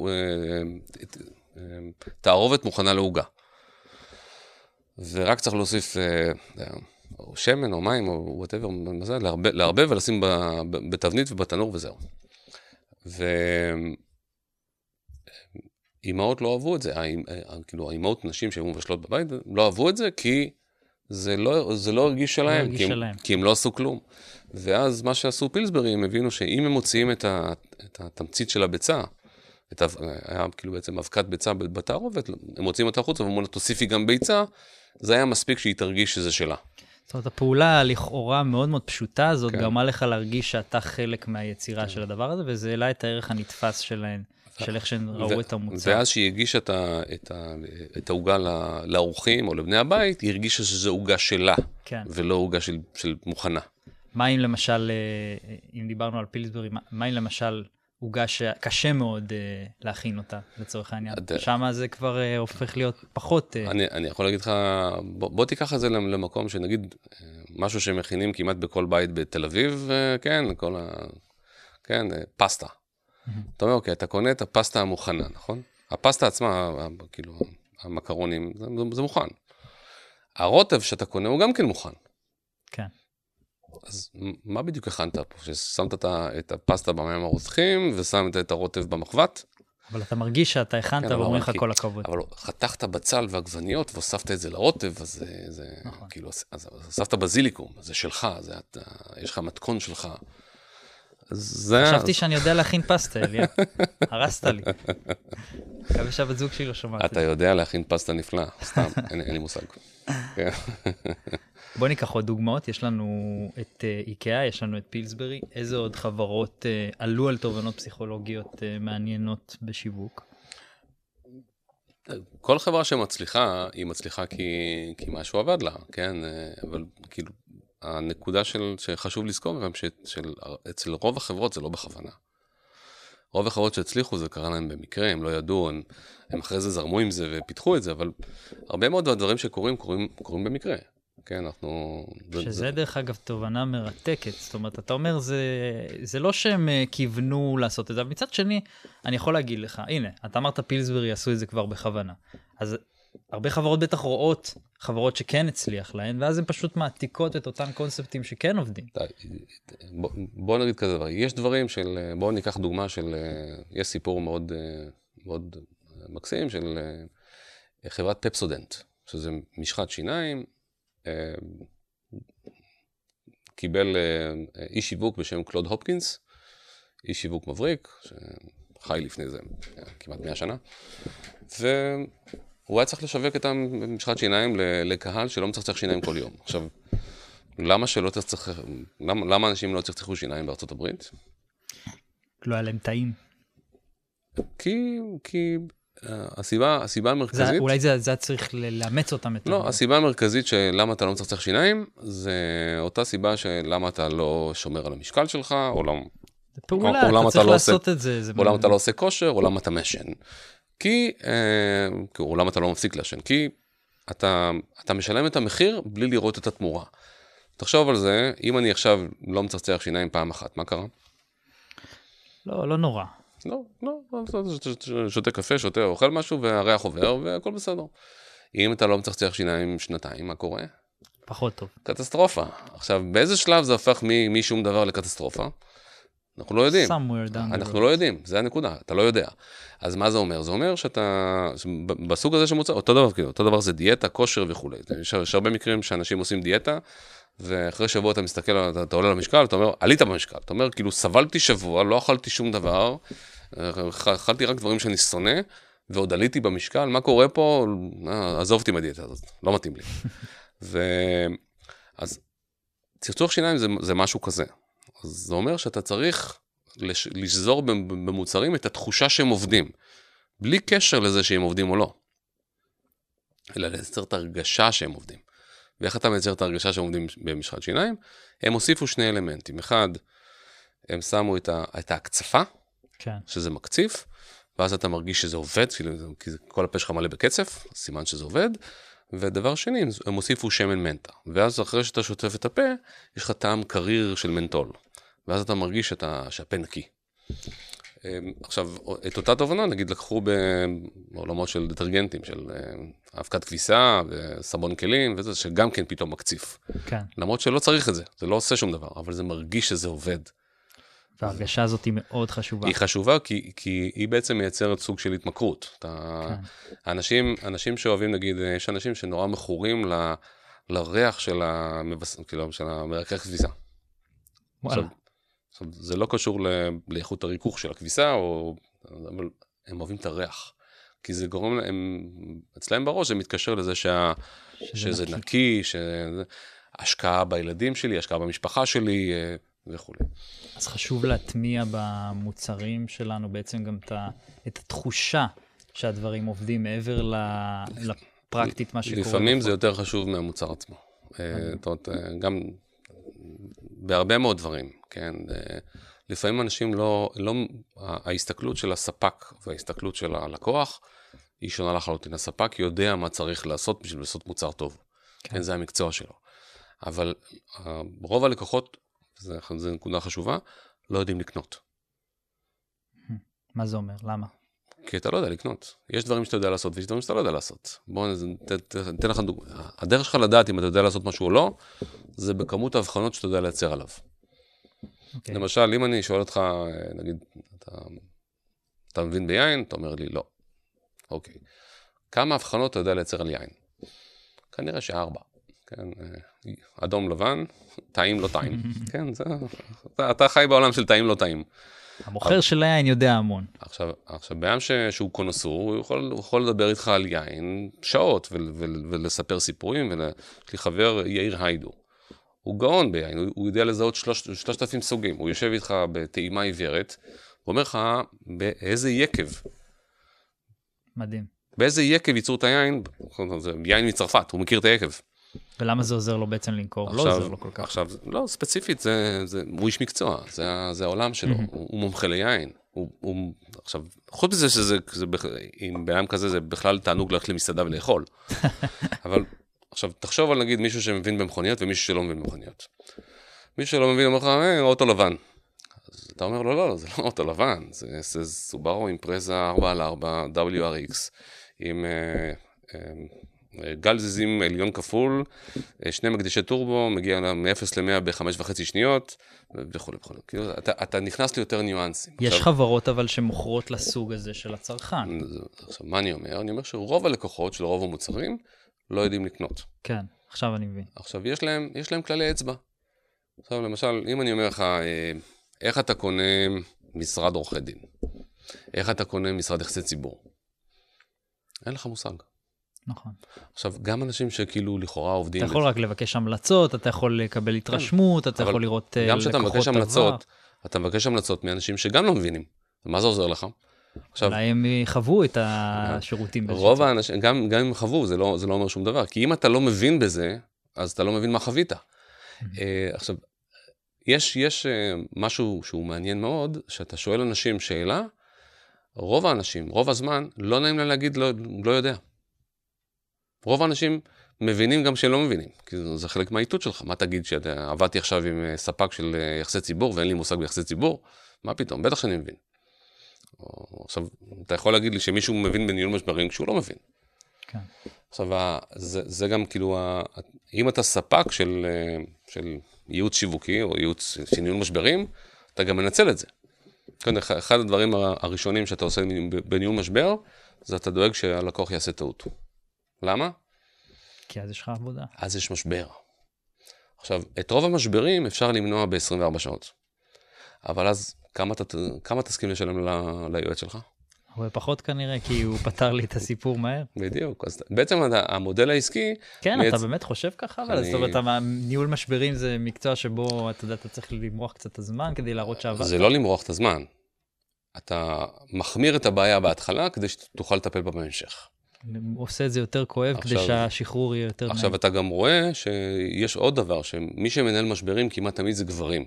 [SPEAKER 3] תערובת מוכנה לעוגה. ורק צריך להוסיף או שמן או מים או whatever, להרבב ולשים בתבנית ובתנור וזהו. ואימהות לא אהבו את זה, כאילו האימהות נשים שהיו מבשלות בבית לא אהבו את זה כי זה לא הרגיש שלהם, כי הם לא עשו כלום. ואז מה שעשו פילסברי, הם הבינו שאם הם מוציאים את התמצית של הביצה, היה כאילו בעצם אבקת ביצה בתערובת, הם מוציאים אותה חוץ, ואומרים לה, תוסיפי גם ביצה, זה היה מספיק שהיא תרגיש שזה שלה.
[SPEAKER 2] זאת אומרת, הפעולה לכאורה מאוד מאוד פשוטה הזאת, גרמה לך להרגיש שאתה חלק מהיצירה של הדבר הזה, וזה העלה את הערך הנתפס שלהן, של איך שהן ראו את המוצר.
[SPEAKER 3] ואז שהיא הגישה את העוגה לאורחים או לבני הבית, היא הרגישה שזו עוגה שלה, ולא עוגה של מוכנה.
[SPEAKER 2] מה אם למשל, אם דיברנו על פילסברי, מה אם למשל עוגה שקשה מאוד להכין אותה לצורך העניין? שמה זה כבר הופך להיות פחות...
[SPEAKER 3] אני יכול להגיד לך, בוא תיקח את זה למקום שנגיד, משהו שמכינים כמעט בכל בית בתל אביב, כן, פסטה. אתה אומר, אוקיי, אתה קונה את הפסטה המוכנה, נכון? הפסטה עצמה, כאילו, המקרונים, זה מוכן. הרוטב שאתה קונה הוא גם כן מוכן.
[SPEAKER 2] כן.
[SPEAKER 3] אז מה בדיוק הכנת פה? ששמת את הפסטה במים הרותחים, ושמת את הרוטב במחבת?
[SPEAKER 2] אבל אתה מרגיש שאתה הכנת ואומרים לך כל הכבוד.
[SPEAKER 3] אבל חתכת בצל ועגבניות, והוספת את זה לרוטב, אז זה כאילו, אז הוספת בזיליקום, זה שלך, יש לך מתכון שלך.
[SPEAKER 2] חשבתי שאני יודע להכין פסטה, אליה. הרסת לי. מקווה שהבת זוג שלי לא שומעת.
[SPEAKER 3] אתה יודע להכין פסטה נפלאה, סתם, אין לי מושג.
[SPEAKER 2] בוא ניקח עוד דוגמאות, יש לנו את איקאה, יש לנו את פילסברי, איזה עוד חברות עלו על תובנות פסיכולוגיות מעניינות בשיווק?
[SPEAKER 3] כל חברה שמצליחה, היא מצליחה כי משהו עבד לה, כן? אבל כאילו, הנקודה שחשוב לזכור גם שאצל רוב החברות זה לא בכוונה. רוב החברות שהצליחו זה קרה להם במקרה, הם לא ידעו, הם אחרי זה זרמו עם זה ופיתחו את זה, אבל הרבה מאוד הדברים שקורים, קורים במקרה. כן, אנחנו...
[SPEAKER 2] שזה דרך אגב תובנה מרתקת, זאת אומרת, אתה אומר, זה לא שהם כיוונו לעשות את זה, אבל מצד שני, אני יכול להגיד לך, הנה, אתה אמרת פילסברי עשו את זה כבר בכוונה, אז הרבה חברות בטח רואות חברות שכן הצליח להן, ואז הן פשוט מעתיקות את אותם קונספטים שכן עובדים.
[SPEAKER 3] בוא נגיד כזה דבר, יש דברים של, בואו ניקח דוגמה של, יש סיפור מאוד, מאוד מקסים של חברת פפסודנט, שזה משחת שיניים, קיבל איש שיווק בשם קלוד הופקינס, איש שיווק מבריק, שחי לפני זה כמעט 100 שנה, והוא היה צריך לשווק את המשחת שיניים לקהל שלא מצחצח שיניים כל יום. עכשיו, למה אנשים לא צחצחו שיניים בארצות הברית?
[SPEAKER 2] לא היה להם טעים.
[SPEAKER 3] כי הסיבה המרכזית...
[SPEAKER 2] אולי זה צריך לאמץ אותם.
[SPEAKER 3] לא, הסיבה המרכזית שלמה אתה לא מצחצח שיניים, זה אותה סיבה שלמה אתה לא שומר על המשקל שלך, או למה...
[SPEAKER 2] זה פעולה, אתה צריך לעשות את זה.
[SPEAKER 3] או למה אתה לא עושה כושר, או למה אתה משן. או למה אתה לא מפסיק לשן. כי אתה משלם את המחיר בלי לראות את התמורה. תחשוב על זה, אם אני עכשיו לא מצחצח שיניים פעם אחת, מה קרה?
[SPEAKER 2] לא נורא.
[SPEAKER 3] לא, שותה קפה, שותה, אוכל משהו, והריח עובר, והכל בסדר. אם אתה לא מצחצח שיניים שנתיים, מה קורה?
[SPEAKER 2] פחות טוב.
[SPEAKER 3] קטסטרופה. עכשיו, באיזה שלב זה הפך משום דבר לקטסטרופה? אנחנו לא יודעים. אנחנו לא יודעים, זה הנקודה, אתה לא יודע. אז מה זה אומר? זה אומר שאתה, בסוג הזה שמוצא, אותו דבר זה דיאטה, כושר וכו'. יש הרבה מקרים שאנשים עושים דיאטה, ואחרי שבוע אתה מסתכל, אתה עולה למשקל, אתה אומר, עלית במשקל. אתה אומר, כאילו, סבלתי שבוע, לא אכלתי שום דבר, אכלתי רק דברים שאני שונא, ועוד עליתי במשקל, מה קורה פה? עזובתי מהדיאטה הזאת, לא מתאים לי. אז צחצוח שיניים זה משהו כזה. אז זה אומר שאתה צריך לשזור במוצרים את התחושה שהם עובדים, בלי קשר לזה שהם עובדים או לא, אלא לייצר את הרגשה שהם עובדים. ואיך אתה מייצר את הרגשה שהם עובדים במשחת שיניים? הם הוסיפו שני אלמנטים. אחד, הם שמו את ההקצפה,
[SPEAKER 2] כן.
[SPEAKER 3] שזה מקציף, ואז אתה מרגיש שזה עובד, כי כל הפה שלך מלא בקצף, סימן שזה עובד. ודבר שני, הם הוסיפו שמן מנטה. ואז אחרי שאתה שוטף את הפה, יש לך טעם קריר של מנטול. ואז אתה מרגיש שהפה נקי. עכשיו, את אותה תובנה, נגיד, לקחו בעולמות של דטרגנטים, של אבקת כביסה וסבון כלים, וזה שגם כן פתאום מקציף.
[SPEAKER 2] כן. למרות
[SPEAKER 3] שלא צריך את זה, זה לא עושה שום דבר, אבל זה מרגיש שזה עובד.
[SPEAKER 2] וההרגשה הזאת היא מאוד חשובה.
[SPEAKER 3] היא חשובה כי היא בעצם מייצרת סוג של התמכרות. אנשים שאוהבים, נגיד, יש אנשים שנורא מכורים לריח של המרכך כביסה. עכשיו, זה לא קשור לאיכות הריכוך של הכביסה, אבל הם אוהבים את הריח. כי זה גורם להם, אצלהם בראש זה מתקשר לזה שזה נקי, השקעה בילדים שלי, השקעה במשפחה שלי וכו'.
[SPEAKER 2] אז חשוב להטמיע במוצרים שלנו בעצם גם את התחושה שהדברים עובדים מעבר לפרקטית מה שקורה.
[SPEAKER 3] לפעמים זה יותר חשוב מהמוצר עצמו. זאת אומרת, גם בהרבה מאוד דברים, כן? לפעמים אנשים ההסתכלות של הספק וההסתכלות של הלקוח היא שונה לחלוטין. הספק יודע מה צריך לעשות בשביל לעשות מוצר טוב. כן, זה המקצוע שלו. אבל רוב הלקוחות, זו נקודה חשובה, לא יודעים לקנות.
[SPEAKER 2] מה זה אומר? למה?
[SPEAKER 3] כי אתה לא יודע לקנות. יש דברים שאתה יודע לעשות, ויש דברים שאתה לא יודע לעשות. בואו ניתן לך דוגמה. הדרך שלך לדעת אם אתה יודע לעשות משהו או לא, זה בכמות ההבחנות שאתה יודע לייצר עליו. למשל, אם אני שואל אותך, נגיד, אתה מבין ביין? אתה אומר לי, לא. אוקיי. כמה הבחנות אתה יודע לייצר על יין? כנראה 4. כן, אדום לבן, טעים לא טעים. כן, אתה חי בעולם של טעים לא טעים.
[SPEAKER 2] המוכר של היין יודע המון.
[SPEAKER 3] עכשיו, בעם שהוא קונסור, הוא יכול לדבר איתך על יין שעות, ולספר סיפורים, יש לי חבר יאיר היידו. הוא גאון ביין, הוא יודע לזהות 3,000 סוגים, הוא יושב איתך בטעימה עיוורת, הוא אומר לך, באיזה יקב.
[SPEAKER 2] מדהים.
[SPEAKER 3] באיזה יקב ייצרו את היין, זה יין מצרפת, הוא מכיר את היקב.
[SPEAKER 2] ולמה זה עוזר לו בעצם למכור? לא עוזר לו כל כך.
[SPEAKER 3] עכשיו, לא, ספציפית, הוא איש מקצוע, זה העולם שלו, הוא מומחה ליין. עכשיו, חוץ מזה אם בעם כזה זה בכלל תענוג ללכת למסעדה ולאכול. אבל עכשיו, תחשוב על נגיד מישהו שמבין במכוניות ומישהו שלא מבין במכוניות. מישהו שלא מבין אומר לך, אוטו לבן. אז אתה אומר לו, לא, זה לא אוטו לבן, זה סובארו אימפרזה 4x4 WRX, עם גל זיזים עליון כפול, 2 מקדשי טורבו, מגיע מ-0 ל-100 ב-5.5 שניות, וכו' וכו'. כאילו, אתה נכנס ליותר ניואנסים.
[SPEAKER 2] יש חברות אבל שמוכרות לסוג הזה של הצרכן.
[SPEAKER 3] עכשיו, מה אני אומר? אני אומר שרוב הלקוחות של רוב המוצרים לא יודעים לקנות.
[SPEAKER 2] כן, עכשיו אני מבין.
[SPEAKER 3] עכשיו, יש להם כללי אצבע. עכשיו, למשל, אם אני אומר לך, איך אתה קונה משרד עורכי דין? איך אתה קונה משרד יחסי ציבור? אין לך מושג.
[SPEAKER 2] נכון.
[SPEAKER 3] עכשיו, גם אנשים שכאילו לכאורה עובדים...
[SPEAKER 2] אתה יכול רק לבקש המלצות, אתה יכול לקבל התרשמות, אתה יכול לראות
[SPEAKER 3] לקוחות דבר. גם כשאתה מבקש המלצות, אתה מבקש המלצות מאנשים שגם לא מבינים. מה זה עוזר לך?
[SPEAKER 2] אולי הם חוו את השירותים.
[SPEAKER 3] רוב האנשים, גם אם הם חוו, זה לא אומר שום דבר. כי אם אתה לא מבין בזה, אז אתה לא מבין מה חווית. עכשיו, יש משהו שהוא מעניין מאוד, שאתה שואל אנשים שאלה, רוב האנשים, רוב הזמן, לא נעים להם להגיד, לא יודע. רוב האנשים מבינים גם שהם לא מבינים, כי זה חלק מהאיתות שלך. מה תגיד שעבדתי עכשיו עם ספק של יחסי ציבור, ואין לי מושג ביחסי ציבור? מה פתאום? בטח שאני מבין. עכשיו, אתה יכול להגיד לי שמישהו מבין בניהול משברים כשהוא לא מבין.
[SPEAKER 2] כן.
[SPEAKER 3] עכשיו, זה גם כאילו, אם אתה ספק של ייעוץ שיווקי, או ייעוץ של ניהול משברים, אתה גם מנצל את זה. אחד הדברים הראשונים שאתה עושה בניהול משבר, זה אתה דואג שהלקוח יעשה טעות. למה?
[SPEAKER 2] כי אז יש לך עבודה.
[SPEAKER 3] אז יש משבר. עכשיו, את רוב המשברים אפשר למנוע ב-24 שעות. אבל אז, כמה תסכים לשלם ליועץ שלך?
[SPEAKER 2] הרבה פחות כנראה, כי הוא פתר לי את הסיפור מהר.
[SPEAKER 3] בדיוק. אז בעצם המודל העסקי...
[SPEAKER 2] כן, אתה באמת חושב ככה, אבל זאת אומרת, ניהול משברים זה מקצוע שבו, אתה יודע, אתה צריך למרוח קצת את הזמן כדי להראות שעבדת.
[SPEAKER 3] זה לא למרוח את הזמן. אתה מחמיר את הבעיה בהתחלה כדי שתוכל לטפל בה בהמשך.
[SPEAKER 2] עושה את זה יותר כואב כדי שהשחרור יהיה יותר...
[SPEAKER 3] עכשיו, אתה גם רואה שיש עוד דבר, שמי שמנהל משברים כמעט תמיד זה גברים.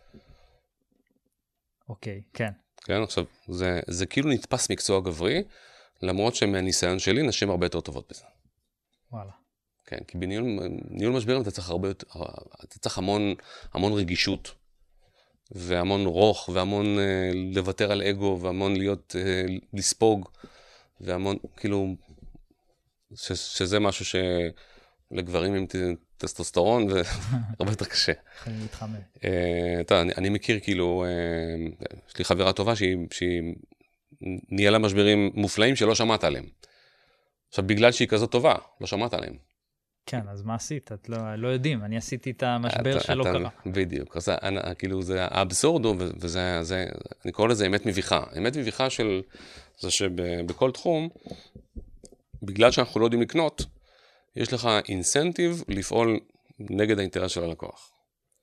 [SPEAKER 2] אוקיי, כן.
[SPEAKER 3] כן, עכשיו, זה כאילו נתפס מקצוע גברי, למרות שמהניסיון שלי, נשים הרבה יותר טובות בזה.
[SPEAKER 2] וואלה.
[SPEAKER 3] כן, כי בניהול משברים אתה צריך המון רגישות, והמון רוח, והמון לוותר על אגו, והמון לספוג, והמון, כאילו, שזה משהו שלגברים עם טסטוסטרון, והרבה יותר קשה.
[SPEAKER 2] יכולים להתחמם.
[SPEAKER 3] אני מכיר כאילו, יש לי חברה טובה שהיא ניהלה משברים מופלאים שלא שמעת עליהם. עכשיו, בגלל שהיא כזאת טובה, לא שמעת עליהם.
[SPEAKER 2] כן, אז מה עשית? את לא יודעים, אני עשיתי את המשבר שלא קרה.
[SPEAKER 3] בדיוק, אז כאילו זה האבסורד, אני קורא לזה אמת מביכה. אמת מביכה זה שבכל תחום, בגלל שאנחנו לא יודעים לקנות, יש לך אינסנטיב לפעול נגד האינטרס של הלקוח.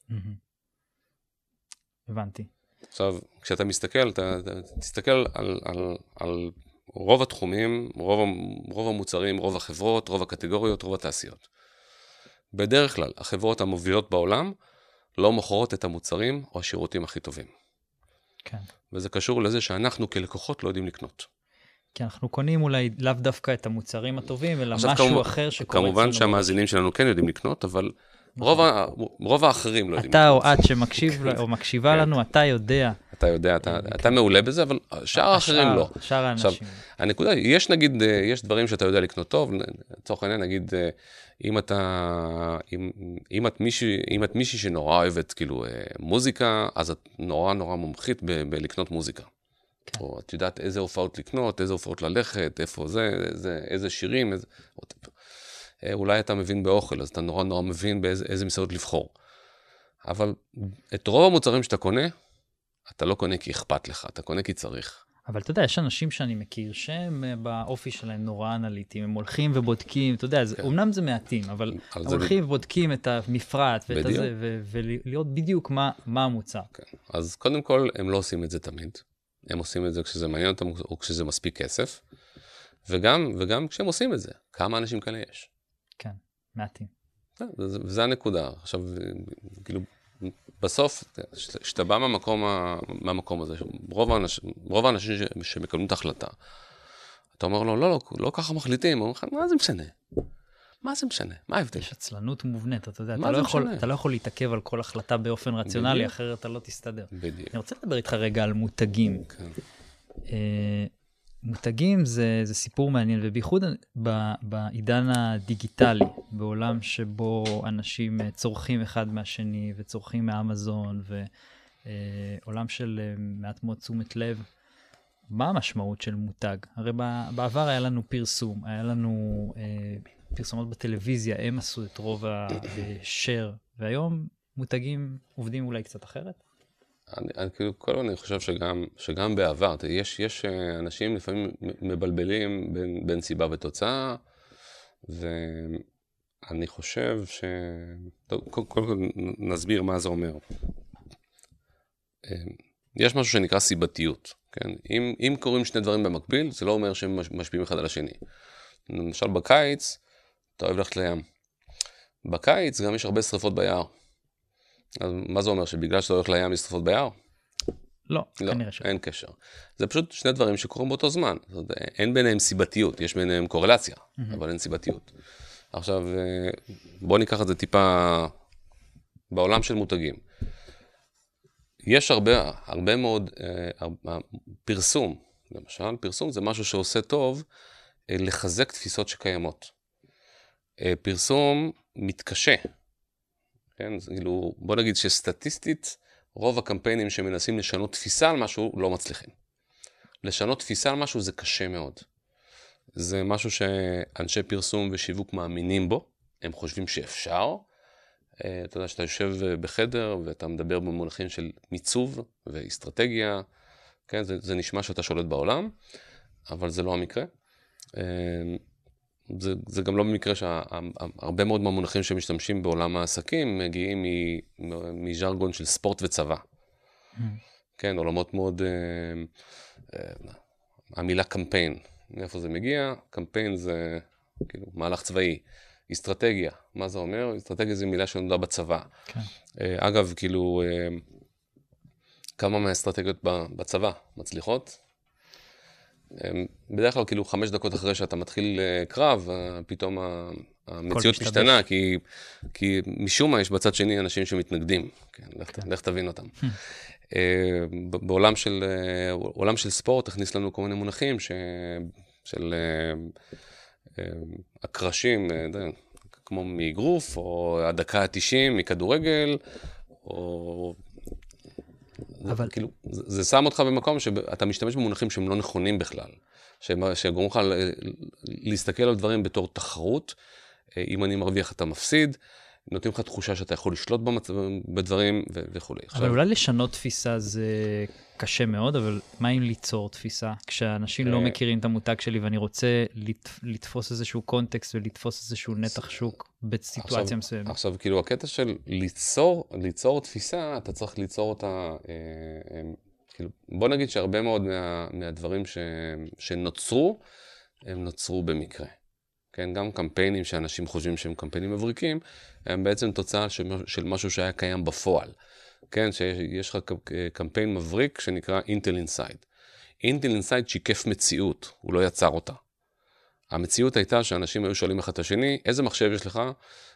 [SPEAKER 2] הבנתי.
[SPEAKER 3] עכשיו, כשאתה מסתכל, תסתכל על רוב התחומים, רוב המוצרים, רוב החברות, רוב הקטגוריות, רוב התעשיות. בדרך כלל, החברות המובילות בעולם לא מוכרות את המוצרים או השירותים הכי טובים.
[SPEAKER 2] כן.
[SPEAKER 3] וזה קשור לזה שאנחנו כלקוחות לא יודעים לקנות.
[SPEAKER 2] כי אנחנו קונים אולי לאו דווקא את המוצרים הטובים, אלא משהו אחר שקורה.
[SPEAKER 3] כמובן שהמאזינים שלנו כן יודעים לקנות, אבל רוב האחרים לא יודעים לקנות.
[SPEAKER 2] אתה או את שמקשיב או מקשיבה לנו, אתה יודע.
[SPEAKER 3] אתה מעולה בזה, אבל שאר האחרים לא.
[SPEAKER 2] שאר האנשים.
[SPEAKER 3] הנקודה, יש דברים שאתה יודע לקנות טוב, לצורך העניין, נגיד, אם את מישהי שנורא אוהבת כאילו מוזיקה, אז את נורא מומחית בלקנות מוזיקה. או את יודעת איזה הופעות לקנות, איזה הופעות ללכת, איפה איזה שירים, אולי אתה מבין באוכל, אז אתה נורא מבין באיזה מסעדות לבחור. אבל את רוב המוצרים שאתה קונה, אתה לא קונה כי אכפת לך, אתה קונה כי צריך.
[SPEAKER 2] אבל אתה יודע, יש אנשים שאני מכיר שהם באופי שלהם נורא אנליטיים, הם הולכים ובודקים, אתה יודע, אומנם זה מעטים, אבל הולכים ובודקים את המפרט ואת הזה, ולראות בדיוק מה המוצר.
[SPEAKER 3] אז קודם כל, הם לא עושים את זה תמיד. הם עושים את זה כשזה מעניין אותם, או כשזה מספיק כסף. וגם כשהם עושים את זה, כמה אנשים כאלה יש.
[SPEAKER 2] כן, מעטים.
[SPEAKER 3] וזה הנקודה. עכשיו, כאילו, בסוף, כשאתה בא מהמקום הזה, רוב האנשים שמקבלים את ההחלטה, אתה אומר לו, לא ככה מחליטים, הוא אומר לך, מה זה משנה? מה זה משנה? מה ההבדל?
[SPEAKER 2] יש עצלנות מובנית, אתה יודע, אתה לא יכול להתעכב על כל החלטה באופן רציונלי, אחרת אתה לא תסתדר.
[SPEAKER 3] בדיוק.
[SPEAKER 2] אני רוצה לדבר איתך רגע על מותגים. מותגים זה סיפור מעניין, ובייחוד בעידן הדיגיטלי, בעולם שבו אנשים צורכים אחד מהשני, וצורכים מאמזון, ועולם של מעט מאוד תשומת לב, מה המשמעות של מותג? הרי בעבר היה לנו פרסום, היה לנו פרסומות בטלוויזיה, הם עשו את רוב השאר, והיום מותגים עובדים אולי קצת אחרת?
[SPEAKER 3] אני חושב שגם בעבר, יש אנשים לפעמים מבלבלים בין סיבה ותוצאה, ואני חושב קודם כל נסביר מה זה אומר. יש משהו שנקרא סיבתיות, כן? אם קוראים שני דברים במקביל, זה לא אומר שהם משפיעים אחד על השני. למשל בקיץ, אתה אוהב ללכת לים. בקיץ גם יש הרבה שריפות ביער. אז מה זה אומר? שבגלל שאתה הולך לים יש שריפות ביער?
[SPEAKER 2] לא,
[SPEAKER 3] לא,
[SPEAKER 2] כנראה שלא.
[SPEAKER 3] אין קשר. זה פשוט שני דברים שקורים באותו זמן. זאת אומרת, אין ביניהם סיבתיות, יש ביניהם קורלציה, אבל אין סיבתיות. עכשיו, בואו ניקח את זה טיפה בעולם של מותגים. יש הרבה מאוד פרסום. למשל, פרסום זה משהו שעושה טוב לחזק תפיסות שקיימות. פרסום מתקשה. כן? כאילו, בוא נגיד שסטטיסטית, רוב הקמפיינים שמנסים לשנות תפיסה על משהו לא מצליחים. לשנות תפיסה על משהו זה קשה מאוד. זה משהו שאנשי פרסום ושיווק מאמינים בו, הם חושבים שאפשר. אתה יודע שאתה יושב בחדר ואתה מדבר במונחים של מיצוב ואסטרטגיה, כן? זה נשמע שאתה שולט בעולם, אבל זה לא המקרה. זה גם לא במקרה שהרבה מאוד מהמונחים שמשתמשים בעולם העסקים מגיעים מז'רגון של ספורט וצבא. כן, עולמות מאוד, המילה קמפיין, מאיפה זה מגיע? קמפיין זה כאילו מהלך צבאי. אסטרטגיה, מה זה אומר? אסטרטגיה זה מילה שנודע בצבא. כן. אגב, כאילו, כמה מהאסטרטגיות בצבא מצליחות? בדרך כלל, כאילו, 5 דקות אחרי שאתה מתחיל קרב, פתאום המציאות משתנה, כי משום מה יש בצד שני אנשים שמתנגדים. כן, לך תבין אותם. בעולם של ספורט, הכניס לנו כל מיני מונחים של הקרשים, כמו מאגרוף, או הדקה ה-90 מכדורגל, או... אבל... כאילו, זה שם אותך במקום שאתה משתמש במונחים שהם לא נכונים בכלל, שגורם לך להסתכל על דברים בתור תחרות, אם אני מרוויח אתה מפסיד, נותנים לך תחושה שאתה יכול לשלוט בדברים וכו'.
[SPEAKER 2] אבל אולי לשנות תפיסה זה קשה מאוד, אבל מה אם ליצור תפיסה? כשאנשים לא מכירים את המותג שלי ואני רוצה לתפוס איזשהו קונטקסט ולתפוס איזשהו נתח שוק בסיטואציה מסוימת.
[SPEAKER 3] עכשיו, כאילו, הקטע של ליצור תפיסה, אתה צריך ליצור אותה, כאילו, בוא נגיד שהרבה מאוד מהדברים שנוצרו, הם נוצרו במקרה. כן, גם קמפיינים שאנשים חושבים שהם קמפיינים מבריקים, הם בעצם תוצאה של משהו שהיה קיים בפועל. כן, שיש לך קמפיין מבריק שנקרא Intel Inside. Intel Inside שיקף מציאות, הוא לא יצר אותה. המציאות הייתה שאנשים היו שואלים אחד את השני, איזה מחשב יש לך?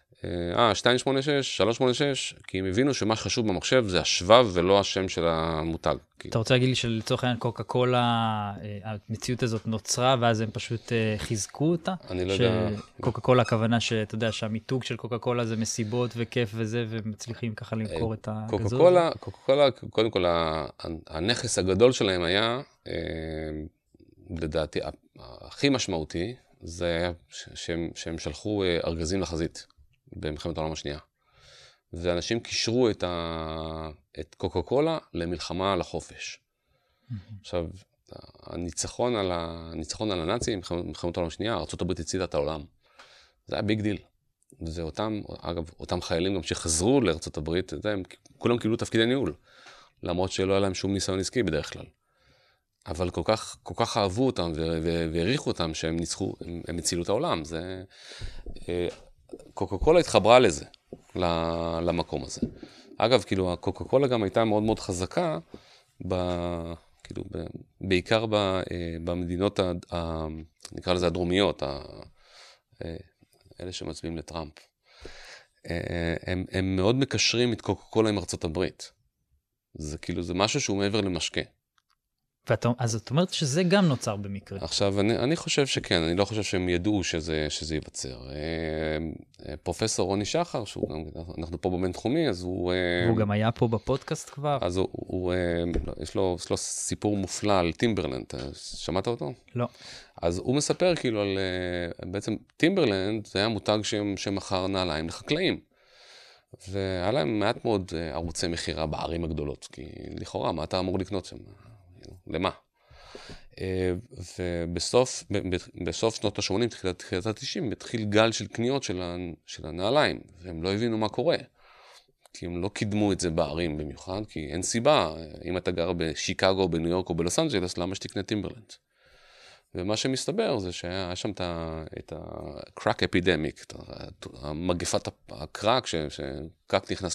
[SPEAKER 3] 286, 386, כי הם הבינו שמה שחשוב במחשב זה השבב ולא השם של המותג.
[SPEAKER 2] אתה רוצה להגיד לי שלצורך העניין קוקה קולה, המציאות הזאת נוצרה, ואז הם פשוט חיזקו אותה?
[SPEAKER 3] אני לא יודע.
[SPEAKER 2] קוקה קולה, הכוונה שאתה יודע שהמיתוג של קוקה קולה זה מסיבות וכיף וזה, ומצליחים ככה למכור את הגזור.
[SPEAKER 3] קוקה קולה, קודם כל, הנכס הגדול שלהם היה, לדעתי, הכי משמעותי, זה היה שהם שלחו ארגזים לחזית. במלחמת העולם השנייה. ואנשים קישרו את קוקה קולה למלחמה על החופש. עכשיו, הניצחון על הנאצים, במלחמת העולם השנייה, ארצות הברית הצילה את העולם. זה היה ביג דיל. וזה אותם חיילים גם שחזרו לארצות הברית, כולם קיבלו תפקידי ניהול, למרות שלא היה להם שום ניסיון עסקי בדרך כלל. אבל כל כך אהבו אותם והעריכו אותם שהם ניצחו, הם הצילו את העולם. זה... קוקה קולה התחברה לזה, למקום הזה. אגב, כאילו, הקוקה קולה גם הייתה מאוד מאוד חזקה, כאילו, בעיקר במדינות, נקרא לזה הדרומיות, אלה שמצביעים לטראמפ. הם מאוד מקשרים את קוקה קולה עם ארצות הברית. זה כאילו, זה משהו שהוא מעבר למשקה.
[SPEAKER 2] אז את אומרת שזה גם נוצר במקרה.
[SPEAKER 3] עכשיו, אני חושב שכן, אני לא חושב שהם ידעו שזה ייווצר. פרופסור רוני שחר, אנחנו פה בבינתחומי, אז הוא...
[SPEAKER 2] והוא גם היה פה בפודקאסט כבר.
[SPEAKER 3] אז יש לו סיפור מופלא על טימברלנד, שמעת אותו?
[SPEAKER 2] לא.
[SPEAKER 3] אז הוא מספר כאילו על... בעצם טימברלנד זה היה מותג שמכר נעליים לחקלאים. והיה להם מעט מאוד ערוצי מחירה בערים הגדולות, כי לכאורה, מה אתה אמור לקנות שם? למה? ובסוף שנות ה-80, תחילת ה-90, התחיל גל של קניות של הנעליים, והם לא הבינו מה קורה. כי הם לא קידמו את זה בערים במיוחד, כי אין סיבה. אם אתה גר בשיקגו, בניו יורק או בלוס אנג'לס, למה שתקנה טימברלנד? ומה שמסתבר זה שהיה שם את הקראק אפידמיק, מגפת הקראק, שקראק נכנס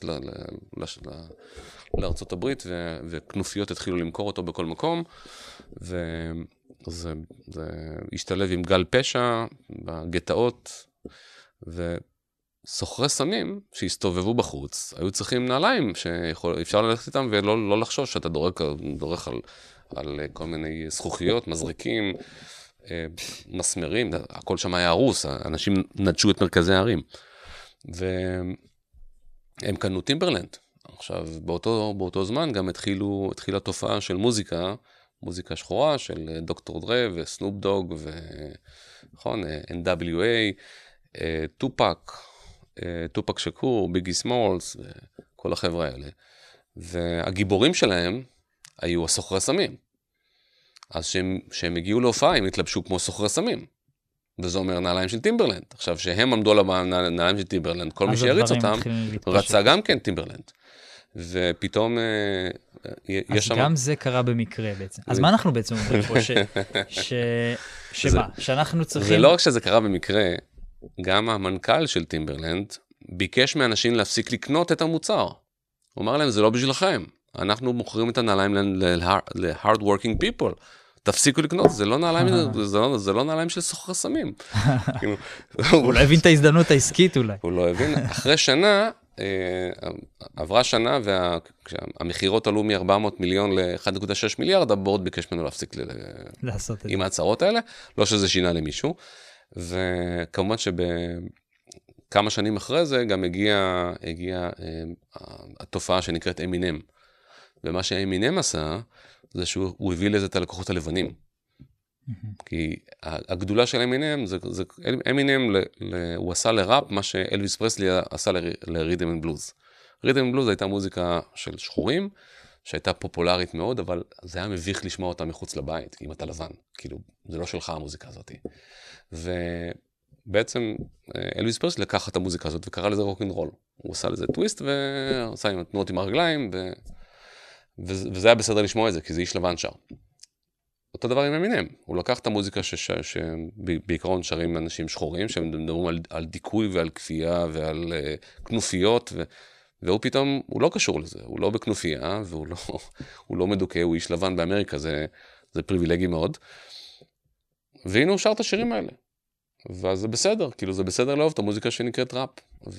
[SPEAKER 3] לארצות הברית, וכנופיות התחילו למכור אותו בכל מקום, וזה השתלב עם גל פשע בגטאות, וסוחרי סמים שהסתובבו בחוץ, היו צריכים נעליים שאפשר ללכת איתם ולא לחשוש שאתה דורך על כל מיני זכוכיות, מזריקים, מסמרים, הכל שם היה הרוס, אנשים נדשו את מרכזי הערים. והם קנו טימברלנד. עכשיו, באותו זמן גם התחילה תופעה של מוזיקה שחורה, של דוקטור דרה וסנופ דוג, נכון, NWA, טופק שקור, ביגי סמולס, וכל החבר'ה האלה. והגיבורים שלהם היו הסוחרי סמים. אז שהם הגיעו להופעה, הם התלבשו כמו סוחרי סמים. וזה אומר נעליים של טימברלנד. עכשיו, שהם עמדו על הנעליים של טימברלנד, כל מי שהריץ אותם, רצה גם כן טימברלנד. ופתאום יש שם...
[SPEAKER 2] אז גם זה קרה במקרה בעצם. אז מה אנחנו בעצם אומרים פה? שאנחנו צריכים...
[SPEAKER 3] זה לא רק שזה קרה במקרה, גם המנכ"ל של טימברלנד ביקש מאנשים להפסיק לקנות את המוצר. הוא אמר להם, זה לא בשבילכם. אנחנו מוכרים את הנעליים ל-hard working people. תפסיקו לקנות, זה לא נעליים של סוחרי סמים.
[SPEAKER 2] הוא לא הבין את ההזדמנות העסקית אולי.
[SPEAKER 3] הוא לא הבין. אחרי שנה, עברה שנה, והמחירות עלו מ-400 מיליון ל-1.6 מיליארד, הבורד ביקש ממנו להפסיק עם ההצהרות האלה. לא שזה שינה למישהו. וכמובן שבכמה שנים אחרי זה, גם הגיעה התופעה שנקראת אמינם. ומה שאמינם עשה, זה שהוא הביא לזה את הלקוחות הלבנים. כי הגדולה של אמינם, אמינם הוא עשה לראפ מה שאלוויס פרסלי עשה לריתם אנד בלוז. ריתם אנד בלוז הייתה מוזיקה של שחורים, שהייתה פופולרית מאוד, אבל זה היה מביך לשמוע אותה מחוץ לבית, אם אתה לבן. כאילו, זה לא שלך המוזיקה הזאת. ובעצם אלוויס פרסלי לקח את המוזיקה הזאת וקרא לזה רוק'נ'רול. הוא עשה לזה טוויסט ועשה עם תנועות עם הרגליים, וזה היה בסדר לשמוע את זה, כי זה איש לבן שר. אותו דבר עם אמינם. הוא לקח את המוזיקה שבעיקרון שרים אנשים שחורים, שהם מדברים על דיכוי ועל כפייה ועל כנופיות, והוא פתאום, הוא לא קשור לזה, הוא לא בכנופיה, והוא לא מדוכא, הוא איש לבן באמריקה, זה פריבילגי מאוד. והנה הוא שר את השירים האלה. ואז זה בסדר, כאילו זה בסדר לאהוב את המוזיקה שנקראת ראפ.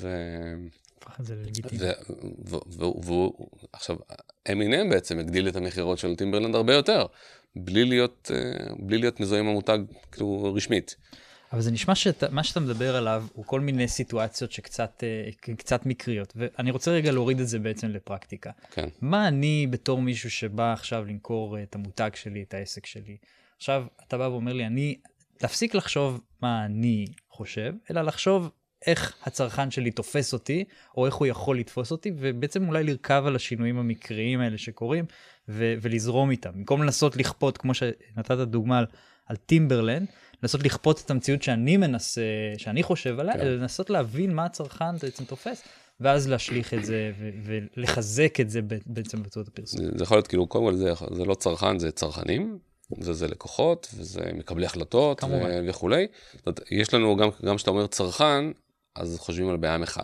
[SPEAKER 3] עכשיו, אמינם בעצם הגדיל את המחירות של טימברלנד הרבה יותר, בלי להיות מזוהה עם המותג כאילו רשמית.
[SPEAKER 2] אבל זה נשמע שמה שאתה מדבר עליו הוא כל מיני סיטואציות שקצת מקריות, ואני רוצה רגע להוריד את זה בעצם לפרקטיקה.
[SPEAKER 3] כן.
[SPEAKER 2] מה אני בתור מישהו שבא עכשיו למכור את המותג שלי, את העסק שלי? עכשיו אתה בא ואומר לי, אני להפסיק לחשוב מה אני חושב, אלא לחשוב איך הצרכן שלי תופס אותי, או איך הוא יכול לתפוס אותי, ובעצם אולי לרכב על השינויים המקריים האלה שקורים, ולזרום איתם. במקום לנסות לכפות, כמו שנתת דוגמה על טימברלנד, לנסות לכפות את המציאות שאני מנסה, שאני חושב עליה, אלא לנסות להבין מה הצרכן בעצם תופס, ואז להשליך את זה, ולחזק את זה בעצם בצורת הפרסום.
[SPEAKER 3] זה יכול להיות כאילו, קודם כל זה לא צרכן, זה צרכנים, וזה לקוחות, וזה מקבלי החלטות, וכו'. יש לנו גם שאתה אומר צרכן, אז חושבים על בעיה אחד.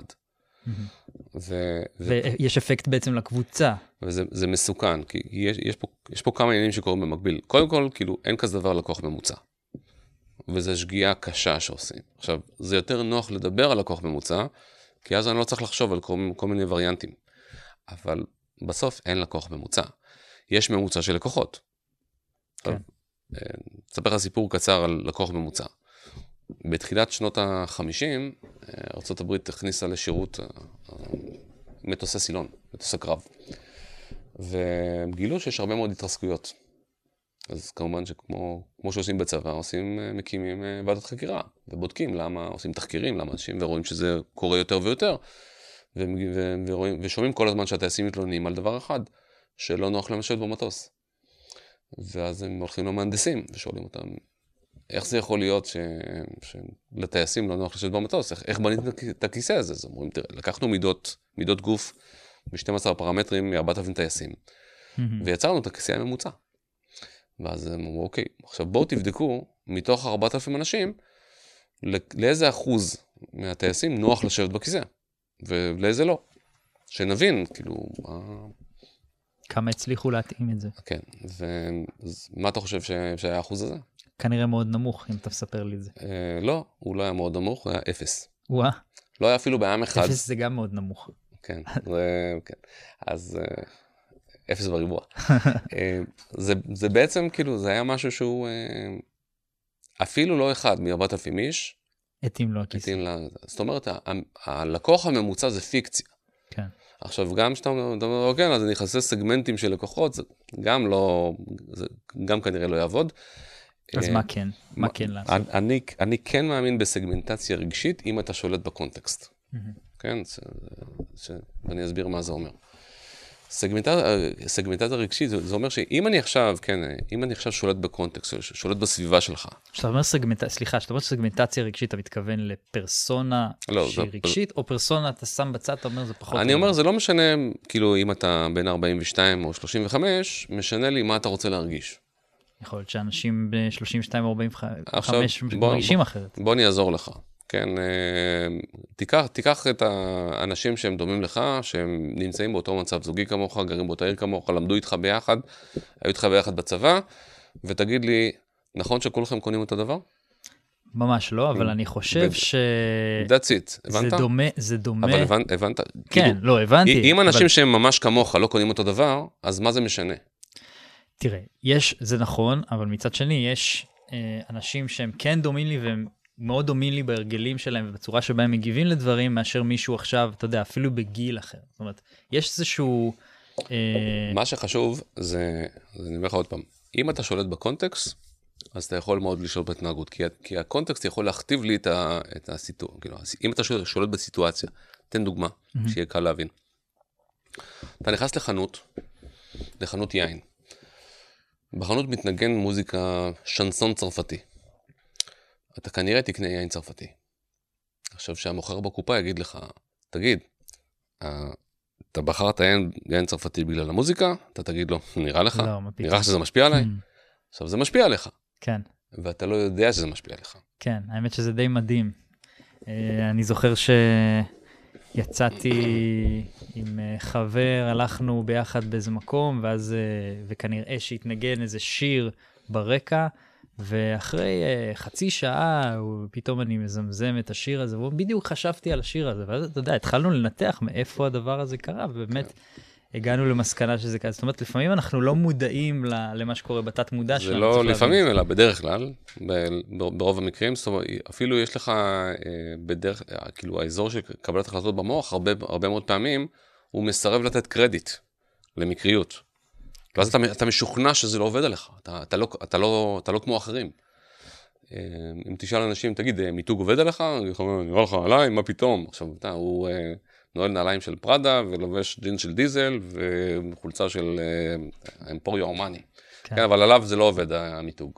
[SPEAKER 2] ויש אפקט בעצם לקבוצה.
[SPEAKER 3] וזה מסוכן, כי יש פה כמה עניינים שקורים במקביל. קודם כל, כאילו, אין כזה דבר לקוח ממוצע. וזו שגיאה קשה שעושים. עכשיו, זה יותר נוח לדבר על לקוח ממוצע, כי אז אני לא צריך לחשוב על כל מיני וריאנטים. אבל בסוף אין לקוח ממוצע. יש ממוצע של לקוחות. כן. אספר לך סיפור קצר על לקוח ממוצע. בתחילת שנות ה-50, ארצות הברית הכניסה לשירות מטוסי סילון, מטוסי קרב. וגילו שיש הרבה מאוד התרסקויות. אז כמובן שכמו שעושים בצבא, מקימים ועדת חקירה, ובודקים למה, עושים תחקירים למה אנשים, ורואים שזה קורה יותר ויותר, ושומעים כל הזמן שהטייסים מתלוננים על דבר אחד, שלא נוח להם לשבת במטוס. ואז הם הולכים למהנדסים, ושואלים אותם, איך זה יכול להיות שלטייסים לא נוח לשבת במטוס? איך בניתם את הכיסא הזה? אז אומרים, תראה, לקחנו מידות גוף ב-12 פרמטרים מ-4,000 טייסים. ויצרנו את הכיסא הממוצע. ואז הם אמרו, אוקיי, עכשיו בואו תבדקו, מתוך 4,000 אנשים, לאיזה אחוז מהטייסים נוח לשבת בכיסא, ולאיזה לא. שנבין, כאילו,
[SPEAKER 2] כמה הצליחו להתאים את זה.
[SPEAKER 3] כן, ומה אתה חושב שהיה האחוז הזה?
[SPEAKER 2] כנראה מאוד נמוך, אם אתה מספר לי את זה.
[SPEAKER 3] לא, הוא לא היה מאוד נמוך, הוא היה 0.
[SPEAKER 2] וואה.
[SPEAKER 3] לא היה אפילו בעם אחד.
[SPEAKER 2] 0 זה גם מאוד נמוך.
[SPEAKER 3] כן, כן. אז 0 בריבוע. זה בעצם, כאילו, זה היה משהו שהוא אפילו לא אחד מ-4,000 איש.
[SPEAKER 2] התאים לו הכיסא.
[SPEAKER 3] זאת אומרת, הלקוח הממוצע זה פיקציה.
[SPEAKER 2] כן.
[SPEAKER 3] עכשיו, גם שאתה אומר, אוקיי, אז אני אחסה סגמנטים של לקוחות, זה גם לא, זה גם כנראה לא יעבוד.
[SPEAKER 2] אז מה כן? מה כן לעשות?
[SPEAKER 3] אני כן מאמין בסגמנטציה רגשית, אם אתה שולט בקונטקסט. כן? ואני אסביר מה זה אומר. סגמנטציה רגשית, זה אומר שאם אני עכשיו, כן, אם אני עכשיו שולט בקונטקסט, שולט בסביבה שלך.
[SPEAKER 2] כשאתה אומר סגמנטציה רגשית, אתה מתכוון לפרסונה שהיא רגשית, או פרסונה אתה שם בצד, אתה אומר זה פחות...
[SPEAKER 3] אני אומר, זה לא משנה, כאילו, אם אתה בין 42 או 35, משנה לי מה אתה רוצה להרגיש.
[SPEAKER 2] יכול להיות שאנשים ב-32 או 45 מרגישים אחרת.
[SPEAKER 3] בוא אני אעזור לך. כן, תיקח את האנשים שהם דומים לך, שהם נמצאים באותו מצב זוגי כמוך, גרים באותה עיר כמוך, למדו איתך ביחד, היו איתך ביחד בצבא, ותגיד לי, נכון שכולכם קונים אותו דבר?
[SPEAKER 2] ממש לא, אבל אני חושב ש...
[SPEAKER 3] That's it, הבנת?
[SPEAKER 2] זה דומה.
[SPEAKER 3] אבל הבנת?
[SPEAKER 2] כן, לא, הבנתי.
[SPEAKER 3] אם אנשים שהם ממש כמוך לא קונים אותו דבר, אז מה זה משנה?
[SPEAKER 2] תראה, זה נכון, אבל מצד שני, יש אנשים שהם כן דומים לי, והם מאוד דומים לי בהרגלים שלהם, ובצורה שבה הם מגיבים לדברים, מאשר מישהו עכשיו, אתה יודע, אפילו בגיל אחר. זאת אומרת, יש איזשהו...
[SPEAKER 3] מה שחשוב זה, אני אומר לך עוד פעם, אם אתה שולט בקונטקסט, אז אתה יכול מאוד לשלוט בהתנהגות, כי הקונטקסט יכול להכתיב לי את הסיטואציה. כאילו, אם אתה שולט בסיטואציה, תן דוגמה, שיהיה קל להבין. אתה נכנס לחנות יין. בחנות מתנגן מוזיקה שנסון צרפתי. אתה כנראה תקנה יין צרפתי. עכשיו שהמוכר בקופה יגיד לך, תגיד, אתה בחרת יין צרפתי בגלל המוזיקה? אתה תגיד לו, נראה לך?
[SPEAKER 2] לא,
[SPEAKER 3] נראה לך שזה משפיע עליי? עכשיו זה משפיע עליך.
[SPEAKER 2] כן.
[SPEAKER 3] ואתה לא יודע שזה משפיע עליך.
[SPEAKER 2] כן, האמת שזה די מדהים. אני זוכר שיצאתי עם חבר, הלכנו ביחד באיזה מקום, ואז, וכנראה שהתנגן איזה שיר ברקע, ואחרי חצי שעה, פתאום אני מזמזם את השיר הזה, ובדיוק חשבתי על השיר הזה, ואז אתה יודע, התחלנו לנתח מאיפה הדבר הזה קרה, ובאמת הגענו למסקנה שזה קרה. זאת אומרת, לפעמים אנחנו לא מודעים למה שקורה בתת מודע שלנו.
[SPEAKER 3] זה לא לפעמים, אלא בדרך כלל, ברוב המקרים, זאת אומרת, אפילו יש לך בדרך, כאילו האזור של קבלת החלטות במוח, הרבה מאוד פעמים, הוא מסרב לתת קרדיט למקריות. ואז אתה משוכנע שזה לא עובד עליך, אתה לא כמו אחרים. אם תשאל אנשים, תגיד, מיתוג עובד עליך? נראה לך עליי, מה פתאום? עכשיו, הוא נועל נעליים של פרדה, ולובש ג'ינס של דיזל, וחולצה של אמפוריו ארמני. כן, אבל עליו זה לא עובד, המיתוג.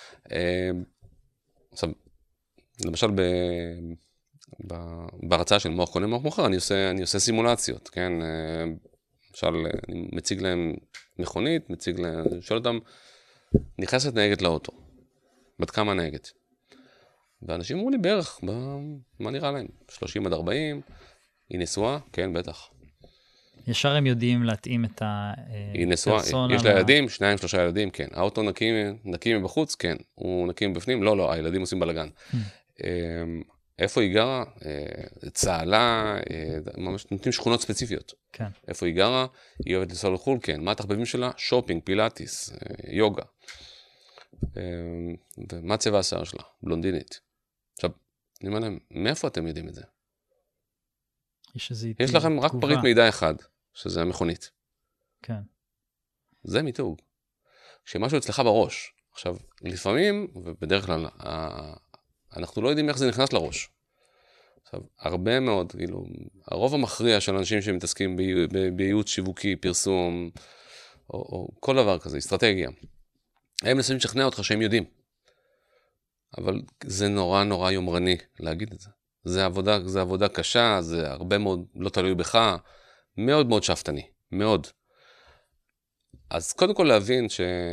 [SPEAKER 3] עכשיו, למשל, בהרצאה של מוח קונה מוח מוכר, אני עושה סימולציות, כן? למשל, אני מציג להם מכונית, שואל אותם, נכנסת נהגת לאוטו. בת כמה נהגת? ואנשים אמרו לי בערך, מה נראה להם? 30 עד 40, היא נשואה? כן, בטח.
[SPEAKER 2] ישר הם יודעים להתאים את הפרסונה.
[SPEAKER 3] היא נשואה, יש לה ילדים, 2-3 ילדים, כן. האוטו נקי מבחוץ? כן. הוא נקי מבפנים? לא, הילדים עושים בלגן. איפה היא גרה? צהלה, ממש נותנים שכונות ספציפיות.
[SPEAKER 2] כן.
[SPEAKER 3] איפה היא גרה? היא אוהבת לנסוע לחול? כן. מה התחביבים שלה? שופינג, פילאטיס, יוגה. ומה צבע השיער שלה? בלונדינית. עכשיו, אני אומר להם, מאיפה אתם יודעים את זה? יש לכם רק פריט מידע אחד, שזה המכונית.
[SPEAKER 2] כן.
[SPEAKER 3] זה מיתוג. כשמשהו אצלך בראש. עכשיו, לפעמים, ובדרך כלל, אנחנו לא יודעים איך זה נכנס לראש. עכשיו, הרבה מאוד, כאילו, הרוב המכריע של אנשים שמתעסקים בייעוץ שיווקי, פרסום, או כל דבר כזה, אסטרטגיה, הם מנסים לשכנע אותך שהם יודעים. אבל זה נורא נורא יומרני להגיד את זה. זה עבודה קשה, זה הרבה מאוד לא תלוי בך. מאוד מאוד שפטני, מאוד. אז קודם כל להבין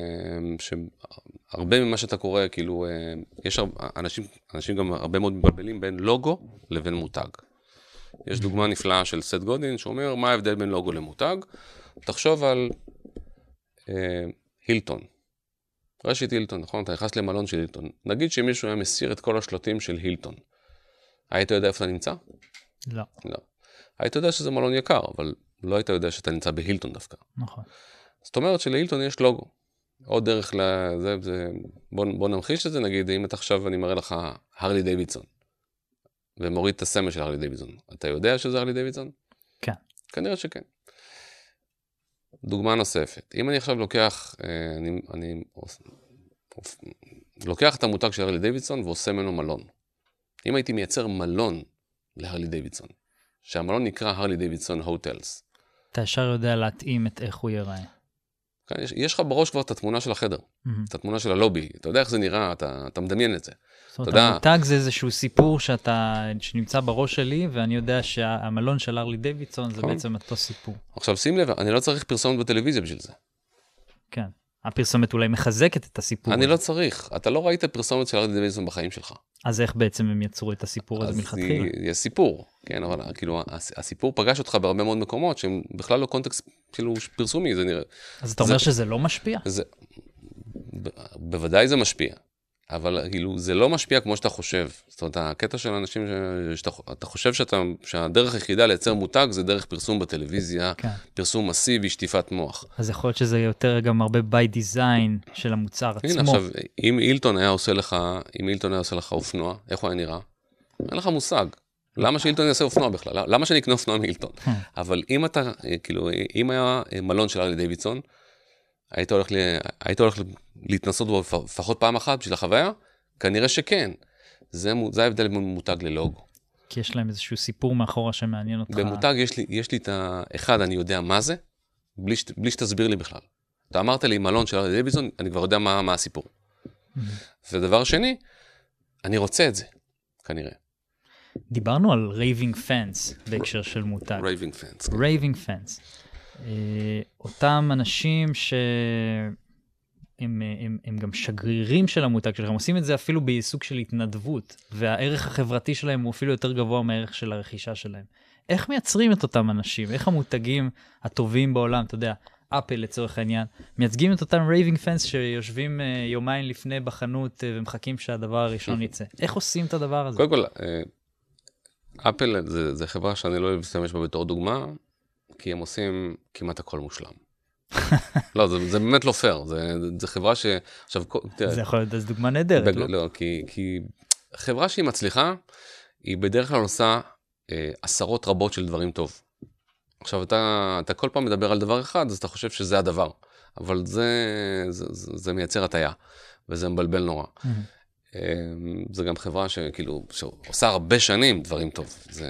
[SPEAKER 3] שהרבה ממה שאתה קורא, כאילו, יש אנשים גם הרבה מאוד מבלבלים בין לוגו לבין מותג. יש דוגמה נפלאה של סט גודין, שאומר, מה ההבדל בין לוגו למותג? תחשוב על הילטון. רשת הילטון, נכון? אתה נכנס למלון של הילטון. נגיד שמישהו היה מסיר את כל השלטים של הילטון. היית יודע איפה אתה נמצא?
[SPEAKER 2] לא.
[SPEAKER 3] לא. היית יודע שזה מלון יקר, אבל לא היית יודע שאתה נמצא בהילטון דווקא.
[SPEAKER 2] נכון.
[SPEAKER 3] זאת אומרת שלהילטון יש לוגו. עוד דרך לזה, בוא נמחיש את זה, נגיד, אם אתה עכשיו אני מראה לך הרלי דיווידסון, ומוריד את הסמל של הרלי דיווידסון. אתה יודע שזה הרלי דיווידסון?
[SPEAKER 2] כן.
[SPEAKER 3] כנראה שכן. דוגמה נוספת. אם אני עכשיו לוקח, אני לוקח את המותג של הרלי דיווידסון ועושה ממנו מלון. אם הייתי מייצר מלון להרלי דיווידסון, שהמלון נקרא הרלי דיווידסון הוטלס. אתה
[SPEAKER 2] ישר יודע להתאים את איך הוא ייראה.
[SPEAKER 3] יש לך בראש כבר את התמונה של החדר, את התמונה של הלובי, אתה יודע איך זה נראה, אתה מדמיין את זה.
[SPEAKER 2] זאת אומרת, המותג זה איזשהו סיפור שנמצא בראש שלי, ואני יודע שהמלון של הרלי דיווידסון זה בעצם אותו סיפור.
[SPEAKER 3] עכשיו שים לב, אני לא צריך פרסומת בטלוויזיה בשביל זה.
[SPEAKER 2] כן, הפרסומת אולי מחזקת את הסיפור.
[SPEAKER 3] אני לא צריך, אתה לא ראית פרסומת של הרלי דיווידסון בחיים שלך.
[SPEAKER 2] אז איך בעצם הם יצרו את הסיפור הזה מלכתחילה?
[SPEAKER 3] יש סיפור, כן, אבל כאילו הסיפור פגש אותך בהרבה מאוד מקומות שהם בכלל לא קונטקסט כאילו פרסומי, זה נראה.
[SPEAKER 2] אז אתה אומר שזה לא משפיע?
[SPEAKER 3] בוודאי זה משפיע, אבל כאילו זה לא משפיע כמו שאתה חושב. זאת אומרת, הקטע של האנשים שאתה חושב שהדרך היחידה לייצר מותג זה דרך פרסום בטלוויזיה, פרסום מסיבי, שטיפת מוח.
[SPEAKER 2] אז יכול להיות שזה יותר גם הרבה by design של המוצר עצמו.
[SPEAKER 3] הנה, עכשיו, אם אילטון היה עושה לך אופנוע, איך הוא היה נראה? אין לך מושג. למה שאילטון יעשה אופנוע בכלל? למה שאני אקנה אופנוע מאילטון? אבל אם אתה, כאילו, אם היה מלון של הרלי דיווידסון, היית הולך להתנסות בו לפחות פעם אחת בשביל החוויה? כנראה שכן. זה ההבדל בין מותג ללוגו.
[SPEAKER 2] כי יש להם איזשהו סיפור מאחורה שמעניין אותך.
[SPEAKER 3] במותג יש לי את האחד, אני יודע מה זה, בלי שתסביר לי בכלל. אתה אמרת לי מלון של הרלי דיווידסון, אני כבר יודע מה הסיפור. ודבר שני, אני רוצה את זה, כנראה.
[SPEAKER 2] דיברנו על רייבינג פאנס בהקשר של מותג.
[SPEAKER 3] רייבינג פאנס.
[SPEAKER 2] רייבינג פאנס. אותם אנשים הם גם שגרירים של המותג שלכם, עושים את זה אפילו בעיסוק של התנדבות, והערך החברתי שלהם הוא אפילו יותר גבוה מהערך של הרכישה שלהם. איך מייצרים את אותם אנשים? איך המותגים הטובים בעולם, אתה יודע, אפל לצורך העניין, מייצגים את אותם רייבינג פאנס שיושבים יומיים לפני בחנות ומחכים שהדבר הראשון יצא. איך עושים את הדבר הזה?
[SPEAKER 3] קודם כל, אפל זה חברה שאני לא אשתמש בה בתור דוגמה, כי הם עושים כמעט הכל מושלם. לא, זה באמת לא פייר. זה חברה ש...
[SPEAKER 2] זה יכול להיות דוגמה נהדרת, לא?
[SPEAKER 3] לא, כי חברה שהיא מצליחה, היא בדרך כלל עושה עשרות רבות של דברים טוב. עכשיו, אתה כל פעם מדבר על דבר אחד, אז אתה חושב שזה הדבר. אבל זה מייצר הטעיה, וזה מבלבל נורא. זה גם חברה שכאילו, שעושה הרבה שנים דברים טוב. זה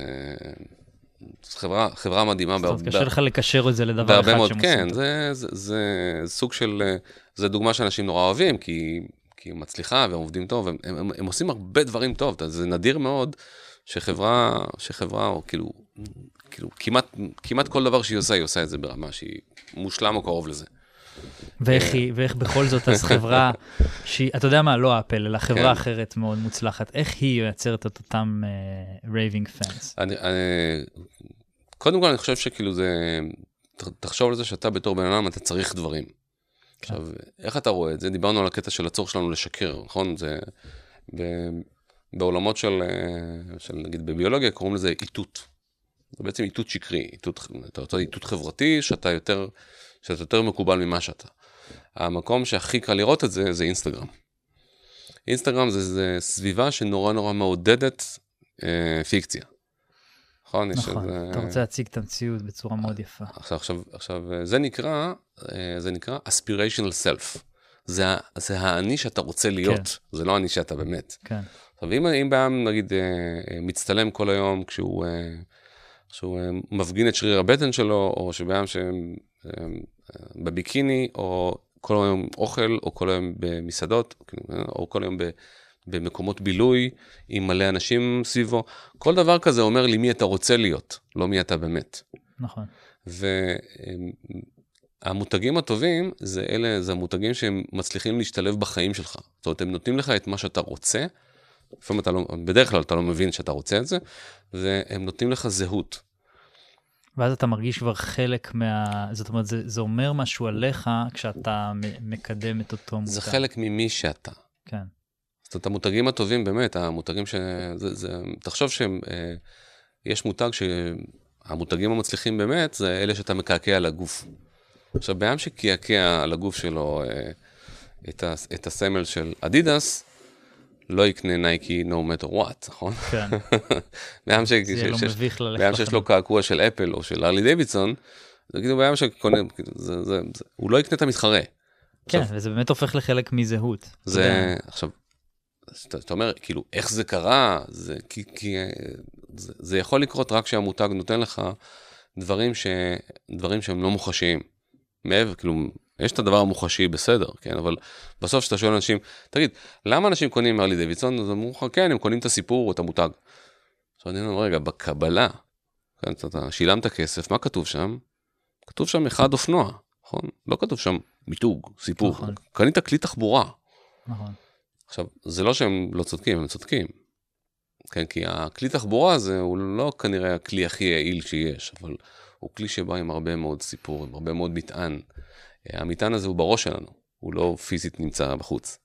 [SPEAKER 3] חברה מדהימה.
[SPEAKER 2] זאת קשה לך לקשר את זה לדבר אחד
[SPEAKER 3] שמוסים. כן, זה סוג של, זה דוגמה שאנשים נורא אוהבים, כי היא מצליחה והם עובדים טוב, הם עושים הרבה דברים טוב. זה נדיר מאוד שחברה, או כאילו כמעט כל דבר שהיא עושה, היא עושה את זה ברמה שהיא מושלם או קרוב לזה.
[SPEAKER 2] ואיך בכל זאת אז חברה, אתה יודע מה, לא אפל, אלא חברה אחרת מאוד מוצלחת, איך היא יוצרת את אותם רייבינג פאנס?
[SPEAKER 3] קודם כל אני חושב שכאילו זה, תחשוב על זה שאתה בתור בן אדם, אתה צריך דברים. עכשיו, איך אתה רואה את זה? דיברנו על הקטע של הצורך שלנו לשקר, נכון? זה בעולמות של נגיד בביולוגיה, קוראים לזה איתות. זה בעצם איתות שקרי, איתות חברתי, שאתה יותר מקובל ממה שאתה. המקום שהכי קל לראות את זה, זה אינסטגרם. אינסטגרם זה סביבה שנורא נורא מעודדת פיקציה. נכון?
[SPEAKER 2] אתה רוצה להציג את המציאות בצורה מאוד יפה.
[SPEAKER 3] עכשיו, זה נקרא aspirational self. זה האני שאתה רוצה להיות, זה לא האני שאתה באמת.
[SPEAKER 2] כן.
[SPEAKER 3] עכשיו, אם בעם, נגיד, מצטלם כל היום כשהוא מפגין את שריר הבטן שלו, או שבעם בביקיני, או כל היום אוכל, או כל היום במסעדות, או כל היום במקומות בילוי, עם מלא אנשים סביבו. כל דבר כזה אומר לי מי אתה רוצה להיות, לא מי אתה באמת.
[SPEAKER 2] נכון.
[SPEAKER 3] והמותגים הטובים, זה המותגים שהם מצליחים להשתלב בחיים שלך. זאת אומרת, הם נותנים לך את מה שאתה רוצה, בדרך כלל אתה לא מבין שאתה רוצה את זה, והם נותנים לך זהות.
[SPEAKER 2] ואז אתה מרגיש כבר חלק זאת אומרת, זה אומר משהו עליך כשאתה מקדם את אותו מותג.
[SPEAKER 3] זה חלק ממי שאתה.
[SPEAKER 2] כן.
[SPEAKER 3] זאת אומרת, המותגים הטובים באמת, המותגים תחשוב שיש מותג שהמותגים המצליחים באמת, זה אלה שאתה מקעקע על הגוף. עכשיו, בעם שקעקע על הגוף שלו את הסמל של אדידס, לא יקנה נייקי no matter what, נכון?
[SPEAKER 2] כן.
[SPEAKER 3] בעם שיש לו קעקוע של אפל או של הרלי דיווידסון, זה כאילו בעם שקונה, הוא לא יקנה את המתחרה.
[SPEAKER 2] כן, וזה באמת הופך לחלק מזהות.
[SPEAKER 3] עכשיו, אתה אומר, כאילו, איך זה קרה? זה יכול לקרות רק שהמותג נותן לך דברים שהם לא מוחשיים. מעבר, כאילו, יש את הדבר המוחשי בסדר, כן? אבל בסוף שאתה שואל אנשים, תגיד, למה אנשים קונים הרלי דיווידסון? אז אמרו לך, כן, הם קונים את הסיפור או את המותג. עכשיו אני אומר, רגע, בקבלה, כן, אתה שילמת כסף, מה כתוב שם? כתוב שם אחד אופנוע, נכון? לא כתוב שם מיתוג, סיפור.
[SPEAKER 2] נכון.
[SPEAKER 3] קנית כלי תחבורה.
[SPEAKER 2] נכון.
[SPEAKER 3] עכשיו, זה לא שהם לא צודקים, הם צודקים. כן, כי הכלי תחבורה הזה הוא לא כנראה הכלי הכי יעיל שיש, אבל הוא כלי שבא עם הרבה מאוד סיפור, עם הרבה מאוד מטען. המטען הזה הוא בראש שלנו, הוא לא פיזית נמצא בחוץ.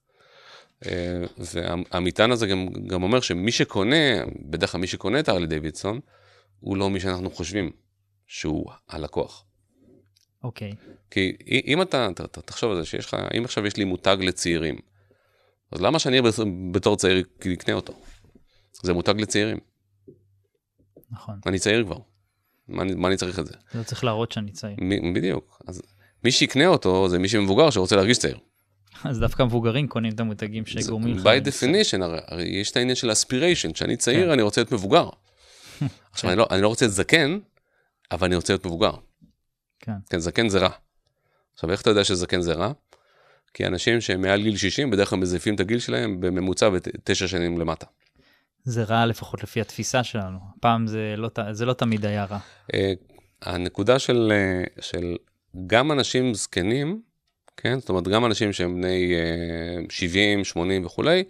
[SPEAKER 3] והמטען הזה גם אומר שמי שקונה, בדרך כלל מי שקונה את הרלי דיווידסון, הוא לא מי שאנחנו חושבים שהוא הלקוח.
[SPEAKER 2] אוקיי.
[SPEAKER 3] כי אם אתה תחשוב על זה שיש לך, אם עכשיו יש לי מותג לצעירים, אז למה שאני בתור צעיר אקנה אותו? זה מותג לצעירים.
[SPEAKER 2] נכון.
[SPEAKER 3] אני צעיר כבר. מה אני צריך את זה?
[SPEAKER 2] לא צריך להראות שאני צעיר.
[SPEAKER 3] בדיוק. אז מי שיקנה אותו זה מי שמבוגר שרוצה להרגיש צעיר.
[SPEAKER 2] אז דווקא מבוגרים קונים את המותגים שגורמים לך.
[SPEAKER 3] by definition, הרי יש את העניין של aspiration, כשאני צעיר אני רוצה להיות מבוגר. עכשיו אני לא רוצה להיות זקן, אבל אני רוצה להיות מבוגר. כן, זקן זה רע. עכשיו איך אתה יודע שזקן זה רע? כי אנשים שהם מעל גיל 60 בדרך כלל מזייפים את הגיל שלהם בממוצע ב9 שנים למטה. זה
[SPEAKER 2] רע לפחות לפי התפיסה שלנו. פעם זה לא תמיד היה רע.
[SPEAKER 3] הנקודה של גם אנשים זקנים, כן? זאת אומרת, גם אנשים שהם בני 70, 80 וכולי,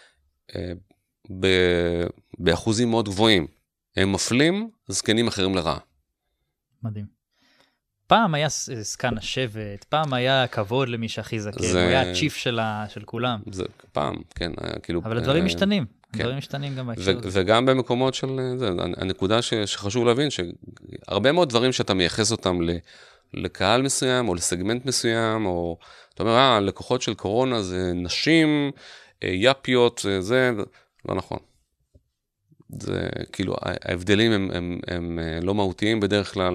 [SPEAKER 3] באחוזים מאוד גבוהים, הם מפלים זקנים אחרים לרעה.
[SPEAKER 2] מדהים. פעם היה זקן השבט, פעם היה כבוד למי שהכי זקן, הוא היה הצ'יף של כולם.
[SPEAKER 3] זה פעם, כן, כאילו...
[SPEAKER 2] אבל הדברים משתנים. דברים משתנים גם בהקשר הזה.
[SPEAKER 3] וגם במקומות של... הנקודה שחשוב להבין, שהרבה מאוד דברים שאתה מייחס אותם לקהל מסוים, או לסגמנט מסוים, או... אתה אומר, הלקוחות של קורונה זה נשים, יפיות, זה... לא נכון. זה כאילו, ההבדלים הם לא מהותיים בדרך כלל.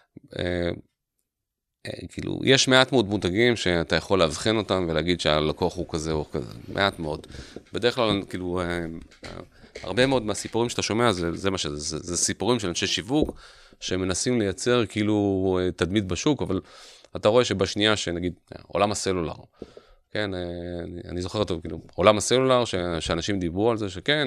[SPEAKER 3] כאילו, יש מעט מאוד מותגים שאתה יכול להבחן אותם ולהגיד שהלקוח הוא כזה או כזה, מעט מאוד. בדרך כלל, כאילו, הרבה מאוד מהסיפורים שאתה שומע, זה מה שזה, זה סיפורים של אנשי שיווק, שמנסים לייצר כאילו תדמית בשוק, אבל אתה רואה שבשנייה שנגיד, עולם הסלולר, כן, אני זוכר אותו, כאילו, עולם הסלולר, שאנשים דיברו על זה, שכן,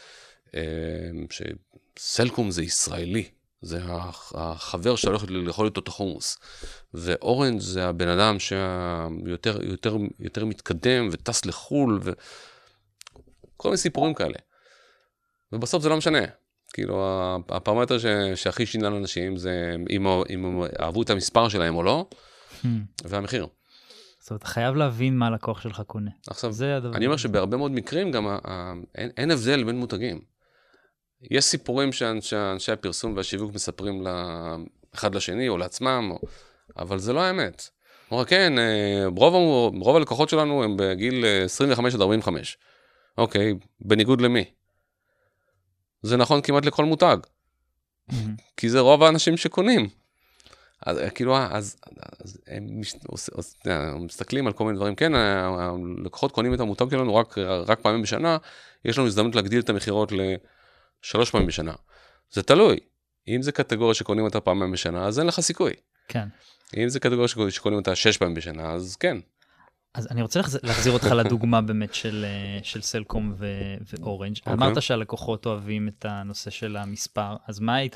[SPEAKER 3] שסלקום זה ישראלי, זה החבר שהולך לאכול איתו את החומוס, ואורנג' זה הבן אדם שיותר מתקדם וטס לחול, וכל מיני סיפורים כאלה. ובסוף זה לא משנה. כאילו, הפרמטר שהכי שינה לאנשים זה אם הם אהבו את המספר שלהם או לא, והמחיר.
[SPEAKER 2] זאת אומרת, אתה חייב להבין מה הלקוח שלך קונה.
[SPEAKER 3] עכשיו, אני אומר שבהרבה מאוד מקרים גם אין הבדל בין מותגים. יש סיפורים שאנשי הפרסום והשיווק מספרים אחד לשני או לעצמם, אבל זה לא האמת. אומר, כן, רוב הלקוחות שלנו הם בגיל 25 עד 45. אוקיי, בניגוד למי? זה נכון כמעט לכל מותג. כי זה רוב האנשים שקונים. אז כאילו, אז הם מסתכלים על כל מיני דברים. כן, הלקוחות קונים את המותג שלנו רק פעמים בשנה, יש לנו הזדמנות להגדיל את המחירות 3 פעמים בשנה. זה תלוי. אם זה קטגוריה שקונים אותה פעמים בשנה, אז אין לך סיכוי.
[SPEAKER 2] כן.
[SPEAKER 3] אם זה קטגוריה שקונים אותה 6 פעמים בשנה, אז כן.
[SPEAKER 2] אז אני רוצה להחזיר אותך לדוגמה באמת של סלקום ואורנג'. אמרת שהלקוחות אוהבים את הנושא של המספר, אז מה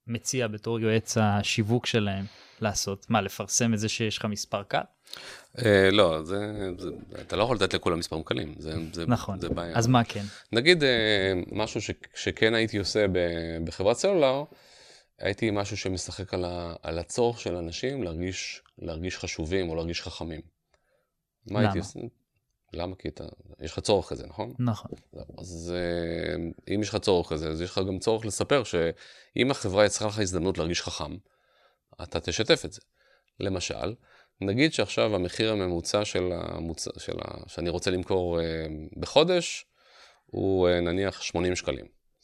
[SPEAKER 2] מציע בתור יועץ השיווק שלהם לעשות? מה, לפרסם את זה שיש לך מספר קל?
[SPEAKER 3] לא, אתה לא יכול לתת לכולם מספרים קלים,
[SPEAKER 2] נכון,
[SPEAKER 3] זה בעיה.
[SPEAKER 2] אז מה כן?
[SPEAKER 3] נגיד משהו שכן הייתי עושה בחברת סלולר, הייתי משהו שמשחק על הצורך של אנשים להרגיש חשובים או להרגיש חכמים. מה הייתי עושה? למה? כי יש לך צורך כזה, נכון?
[SPEAKER 2] נכון.
[SPEAKER 3] אז אם יש לך צורך כזה, אז יש לך גם צורך לספר שאם החברה יצרה לך הזדמנות להרגיש חכם, אתה תשתף את זה. למשל, נגיד שעכשיו המחיר הממוצע שאני רוצה למכור בחודש, הוא נניח 80 שקלים.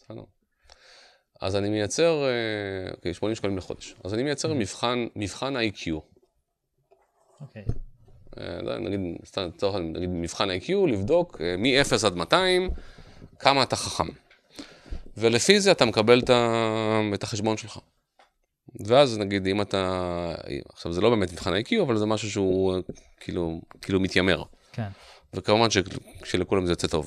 [SPEAKER 3] אז אני מייצר, 80 שקלים לחודש. אז אני מייצר מבחן IQ.
[SPEAKER 2] אוקיי.
[SPEAKER 3] נגיד מבחן IQ, לבדוק מ-0 עד 200, כמה אתה חכם. ולפי זה אתה מקבל את החשבון שלך. ואז נגיד, אם אתה... עכשיו, זה לא באמת מבחן IQ, אבל זה משהו שהוא כאילו מתיימר.
[SPEAKER 2] כן. וכמובן
[SPEAKER 3] שלכולם זה יוצא טוב.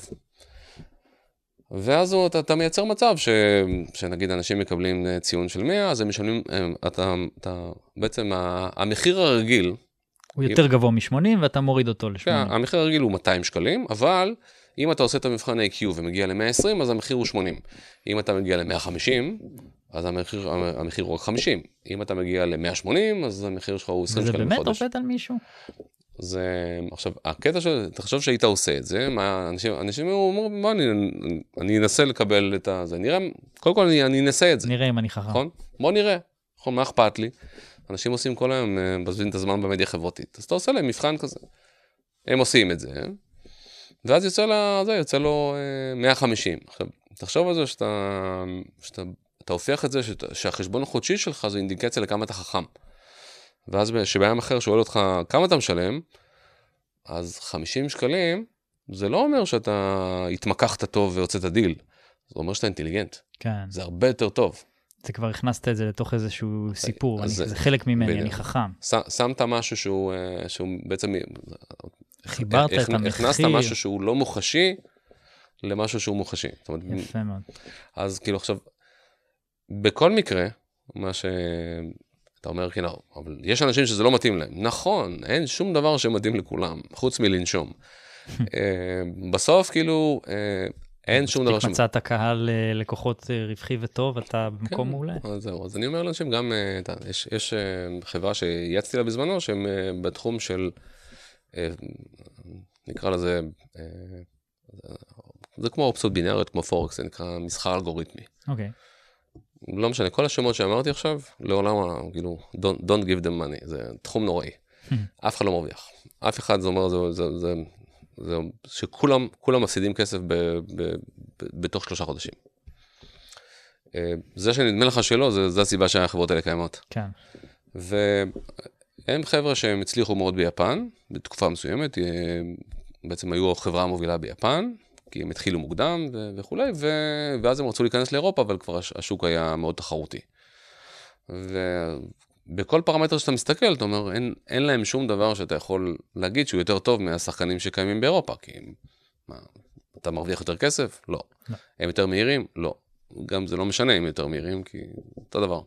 [SPEAKER 3] ואז אתה מייצר מצב שנגיד אנשים מקבלים ציון של 100, אז הם משלמים, בעצם המחיר הרגיל...
[SPEAKER 2] הוא יותר גבוה מ-80 ואתה מוריד אותו ל-80.
[SPEAKER 3] המחיר הרגיל הוא 200 שקלים, אבל אם אתה עושה את המבחן IQ ומגיע ל-120, אז המחיר הוא 80. אם אתה מגיע ל-150, אז המחיר הוא רק 50. אם אתה מגיע ל-180, אז המחיר שלך הוא 20 שקלים בחודש.
[SPEAKER 2] וזה באמת עובד על מישהו?
[SPEAKER 3] עכשיו, הקטע תחשוב שהיית עושה את זה, אנשים אומרים, אני אנסה לקבל את זה, נראה, קודם כל אני אנסה את זה.
[SPEAKER 2] נראה אם אני חכם.
[SPEAKER 3] נכון? בוא נראה, נכון, מה אכפת לי? אנשים עושים כל היום, מבזבזים את הזמן במדיה חברתית, אז אתה עושה להם מבחן כזה. הם עושים את זה, ואז יוצא לו 150. עכשיו, תחשוב על זה שאתה הופך את זה, שהחשבון החודשי שלך זו אינדיקציה לכמה אתה חכם. ואז שבעם אחר שואל אותך כמה אתה משלם, אז 50 שקלים, זה לא אומר שאתה התמקחת טוב ויוצאת הדיל. זה אומר שאתה אינטליגנט.
[SPEAKER 2] כן.
[SPEAKER 3] זה הרבה יותר טוב.
[SPEAKER 2] זה כבר הכנסת את זה לתוך איזשהו סיפור, זה חלק ממני, אני חכם.
[SPEAKER 3] שמת משהו שהוא בעצם...
[SPEAKER 2] חיברת את המחיר.
[SPEAKER 3] הכנסת משהו שהוא לא מוחשי, למשהו שהוא מוחשי.
[SPEAKER 2] יפה מאוד.
[SPEAKER 3] אז כאילו עכשיו, בכל מקרה, מה אתה אומר, כן, אבל יש אנשים שזה לא מתאים להם. נכון, אין שום דבר שמתאים לכולם, חוץ מלנשום. בסוף, כאילו, אין שום דבר
[SPEAKER 2] מספיק מצאת קהל לקוחות רווחי וטוב, אתה במקום מעולה.
[SPEAKER 3] זהו, אז אני אומר לאנשים, גם, יש חברה שיצאתי לה בזמנו, שהם בתחום של, נקרא לזה, זה כמו אופציות בינאריות, כמו פורקס, זה נקרא מסחר אלגוריתמי.
[SPEAKER 2] אוקיי.
[SPEAKER 3] לא משנה, כל השמות שאמרתי עכשיו, לעולם, כאילו, don't give them money, זה תחום נוראי. אף אחד לא מרוויח. אף אחד, זה אומר, זה שכולם מפסידים כסף בתוך 3 חודשים. זה שנדמה לך שלא, זה הסיבה שהחברות האלה קיימות.
[SPEAKER 2] כן.
[SPEAKER 3] והם חבר'ה שהם הצליחו מאוד ביפן, בתקופה מסוימת, בעצם היו החברה המובילה ביפן, כי הם התחילו מוקדם וכולי, ואז הם רצו להיכנס לאירופה, אבל כבר השוק היה מאוד תחרותי. ובכל פרמטר שאתה מסתכל, אתה אומר, אין להם שום דבר שאתה יכול להגיד שהוא יותר טוב מהשחקנים שקיימים באירופה, כי אתה מרוויח יותר כסף? לא. הם יותר מהירים? לא. גם זה לא משנה אם יותר מהירים, כי אותו דבר.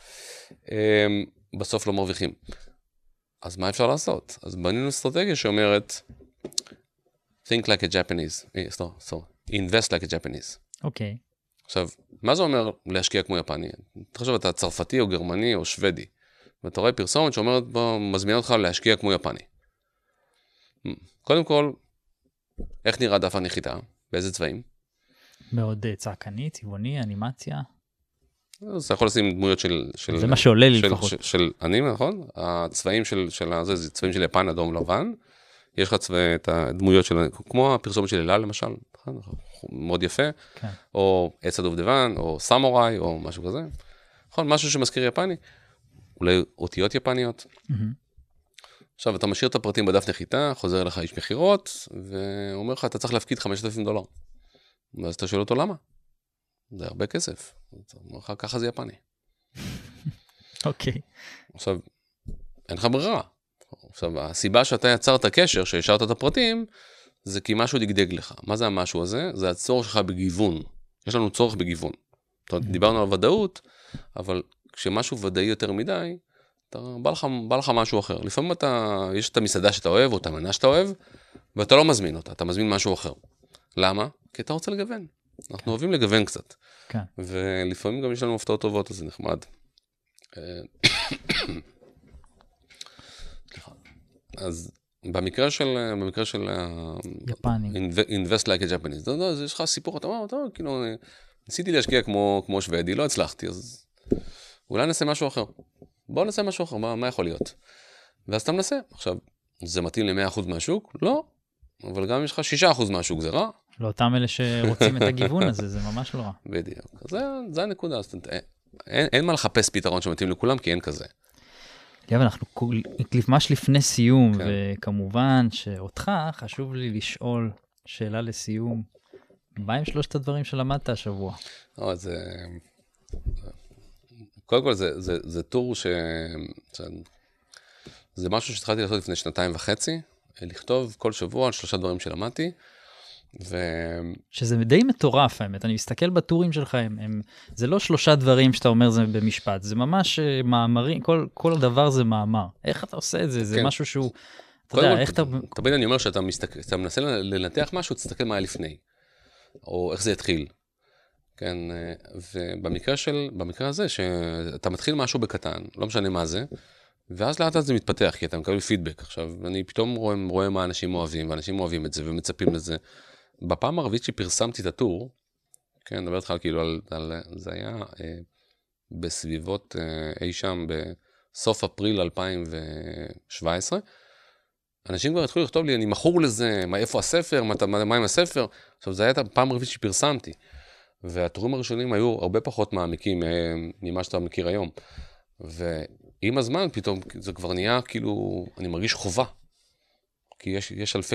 [SPEAKER 3] בסוף לא מרוויחים. אז מה אפשר לעשות? אז בנינו אסטרטגיה שאומרת, think like a Japanese, invest like a Japanese.
[SPEAKER 2] אוקיי.
[SPEAKER 3] עכשיו, מה זה אומר להשקיע כמו יפני? תחשוב, אתה צרפתי או גרמני או שוודי, ואתה רואה פרסומת שאומרת, מזמין אותך להשקיע כמו יפני. קודם כל, איך נראה דף הנחיתה? באיזה צבעים?
[SPEAKER 2] מאוד צעקני, צבעוני, אנימציה.
[SPEAKER 3] אז אתה יכול לשים דמויות של...
[SPEAKER 2] זה מה שעולה לי לפחות.
[SPEAKER 3] של אנימה, נכון? הצבעים זה צבעים של יפן, אדום, לבן. יש לך את הדמויות של, כמו הפרסומת של אלה למשל, מאוד יפה, כן. או עץ הדובדבן, או סמוראי, או משהו כזה. נכון, משהו שמזכיר יפני, אולי אותיות יפניות. עכשיו, אתה משאיר את הפרטים בדף נחיתה, חוזר אליך איש מחירות, ואומר לך, אתה צריך להפקיד $5,000. ואז אתה שואל אותו, למה? זה הרבה כסף. אתה אומר לך, ככה זה יפני.
[SPEAKER 2] אוקיי.
[SPEAKER 3] עכשיו, אין לך ברירה. עכשיו, הסיבה שאתה יצרת קשר, שהשארת את הפרטים, זה כי משהו דגדג לך. מה זה המשהו הזה? זה הצורך שלך בגיוון. יש לנו צורך בגיוון. דיברנו על ודאות, אבל כשמשהו ודאי יותר מדי, בא לך משהו אחר. לפעמים יש את המסעדה שאתה אוהב, או את המנה שאתה אוהב, ואתה לא מזמין אותה, אתה מזמין משהו אחר. למה? כי אתה רוצה לגוון. אנחנו אוהבים לגוון קצת.
[SPEAKER 2] כן.
[SPEAKER 3] ולפעמים גם יש לנו הפתעות טובות, אז זה נחמד. אז במקרה של
[SPEAKER 2] יפנים.
[SPEAKER 3] invest like a Japanese, אז יש לך סיפור, אתה אומר, כאילו, ניסיתי להשקיע כמו שוודי, לא הצלחתי, אז אולי נעשה משהו אחר. בואו נעשה משהו אחר, מה יכול להיות? ואז אתה מנסה. עכשיו, זה מתאים ל-100% מהשוק? לא. אבל גם יש לך 6% מהשוק, זה רע?
[SPEAKER 2] לאותם אלה שרוצים את הגיוון הזה, זה ממש לא רע.
[SPEAKER 3] בדיוק. זה הנקודה. אין מה לחפש פתרון שמתאים לכולם, כי אין כזה.
[SPEAKER 2] ליאב, אנחנו ממש לפני סיום, וכמובן שאותך חשוב לי לשאול שאלה לסיום. מה עם 3 הדברים שלמדת השבוע?
[SPEAKER 3] קודם כל, זה טור זה משהו שהתחלתי לעשות לפני 2.5, לכתוב כל שבוע על 3 דברים שלמדתי,
[SPEAKER 2] שזה די מטורף, האמת. אני מסתכל בטורים שלך, זה לא 3 דברים שאתה אומר זה במשפט, זה ממש מאמרים, כל דבר זה מאמר. איך אתה עושה את זה? זה משהו שהוא, אתה יודע, איך אתה...
[SPEAKER 3] תמיד אני אומר שאתה מנסה לנתח משהו, תסתכל מה היה לפני, או איך זה התחיל. כן, ובמקרה הזה, שאתה מתחיל משהו בקטן, לא משנה מה זה, ואז לאט זה מתפתח, כי אתה מקבל פידבק. עכשיו, אני פתאום רואה מה אנשים אוהבים, ואנשים אוהבים את זה ומצפים לזה. בפעם הערבית שפרסמתי את הטור, כן, נדבר איתך כאילו זה היה בסביבות אי שם בסוף אפריל 2017, אנשים כבר התחילו לכתוב לי, אני מכור לזה, איפה הספר, מה עם הספר? עכשיו, זה היה את הפעם הערבית שפרסמתי. והטורים הראשונים היו הרבה פחות מעמיקים ממה שאתה מכיר היום. ועם הזמן פתאום זה כבר נהיה כאילו, אני מרגיש חובה. כי יש אלפי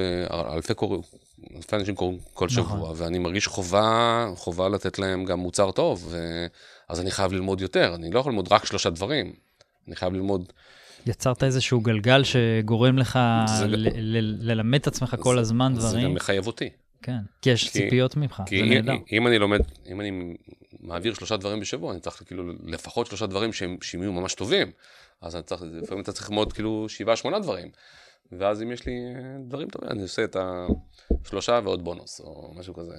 [SPEAKER 3] אנשים קוראים כל שבוע, ואני מרגיש חובה לתת להם גם מוצר טוב, אז אני חייב ללמוד יותר. אני לא יכול ללמוד רק 3 דברים. אני חייב ללמוד...
[SPEAKER 2] יצרת איזשהו גלגל שגורם לך ללמד את עצמך כל הזמן דברים.
[SPEAKER 3] זה גם מחייב אותי.
[SPEAKER 2] כן, כי יש ציפיות ממך, זה נהדר.
[SPEAKER 3] אם אני מעביר 3 דברים בשבוע, אני צריך כאילו לפחות 3 דברים שהם יהיו ממש טובים, אז לפעמים אתה צריך ללמוד כאילו 7-8 דברים, ואז אם יש לי דברים טובים, אני עושה את 3 ועוד בונוס, או משהו כזה.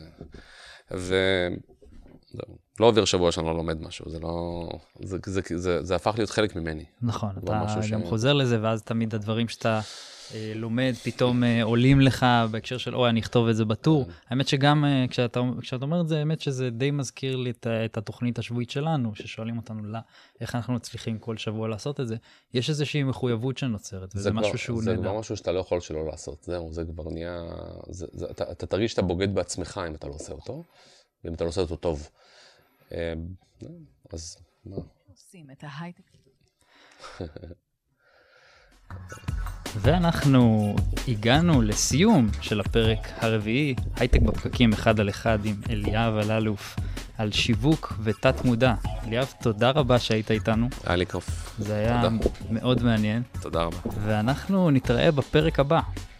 [SPEAKER 3] לא עובר שבוע שאני לא לומד משהו, זה הפך להיות חלק ממני.
[SPEAKER 2] נכון, אתה גם חוזר לזה, ואז תמיד הדברים שאתה לומד, פתאום עולים לך בהקשר של, אני אכתוב את זה בטור. האמת שגם כשאתה אומר את זה, האמת שזה די מזכיר לי את התוכנית השבועית שלנו, ששואלים אותנו איך אנחנו מצליחים כל שבוע לעשות את זה. יש איזושהי מחויבות שנוצרת, וזה משהו שהוא נהדר.
[SPEAKER 3] זה כבר משהו שאתה לא יכול שלא לעשות. זה כבר נהיה... אתה תרגיש שאתה בוגד בעצמך אם אתה לא עושה אותו, ואם אתה לא עושה אותו טוב. אז מה?
[SPEAKER 1] עושים את ההייטק.
[SPEAKER 2] ואנחנו הגענו לסיום של הפרק הרביעי, הייטק בפקקים 1 על 1 עם אליאב אלאלוף על שיווק ותת מודע. אליאב, תודה רבה שהיית איתנו.
[SPEAKER 3] היה לי כיף.
[SPEAKER 2] זה היה מאוד מעניין.
[SPEAKER 3] תודה רבה.
[SPEAKER 2] ואנחנו נתראה בפרק הבא.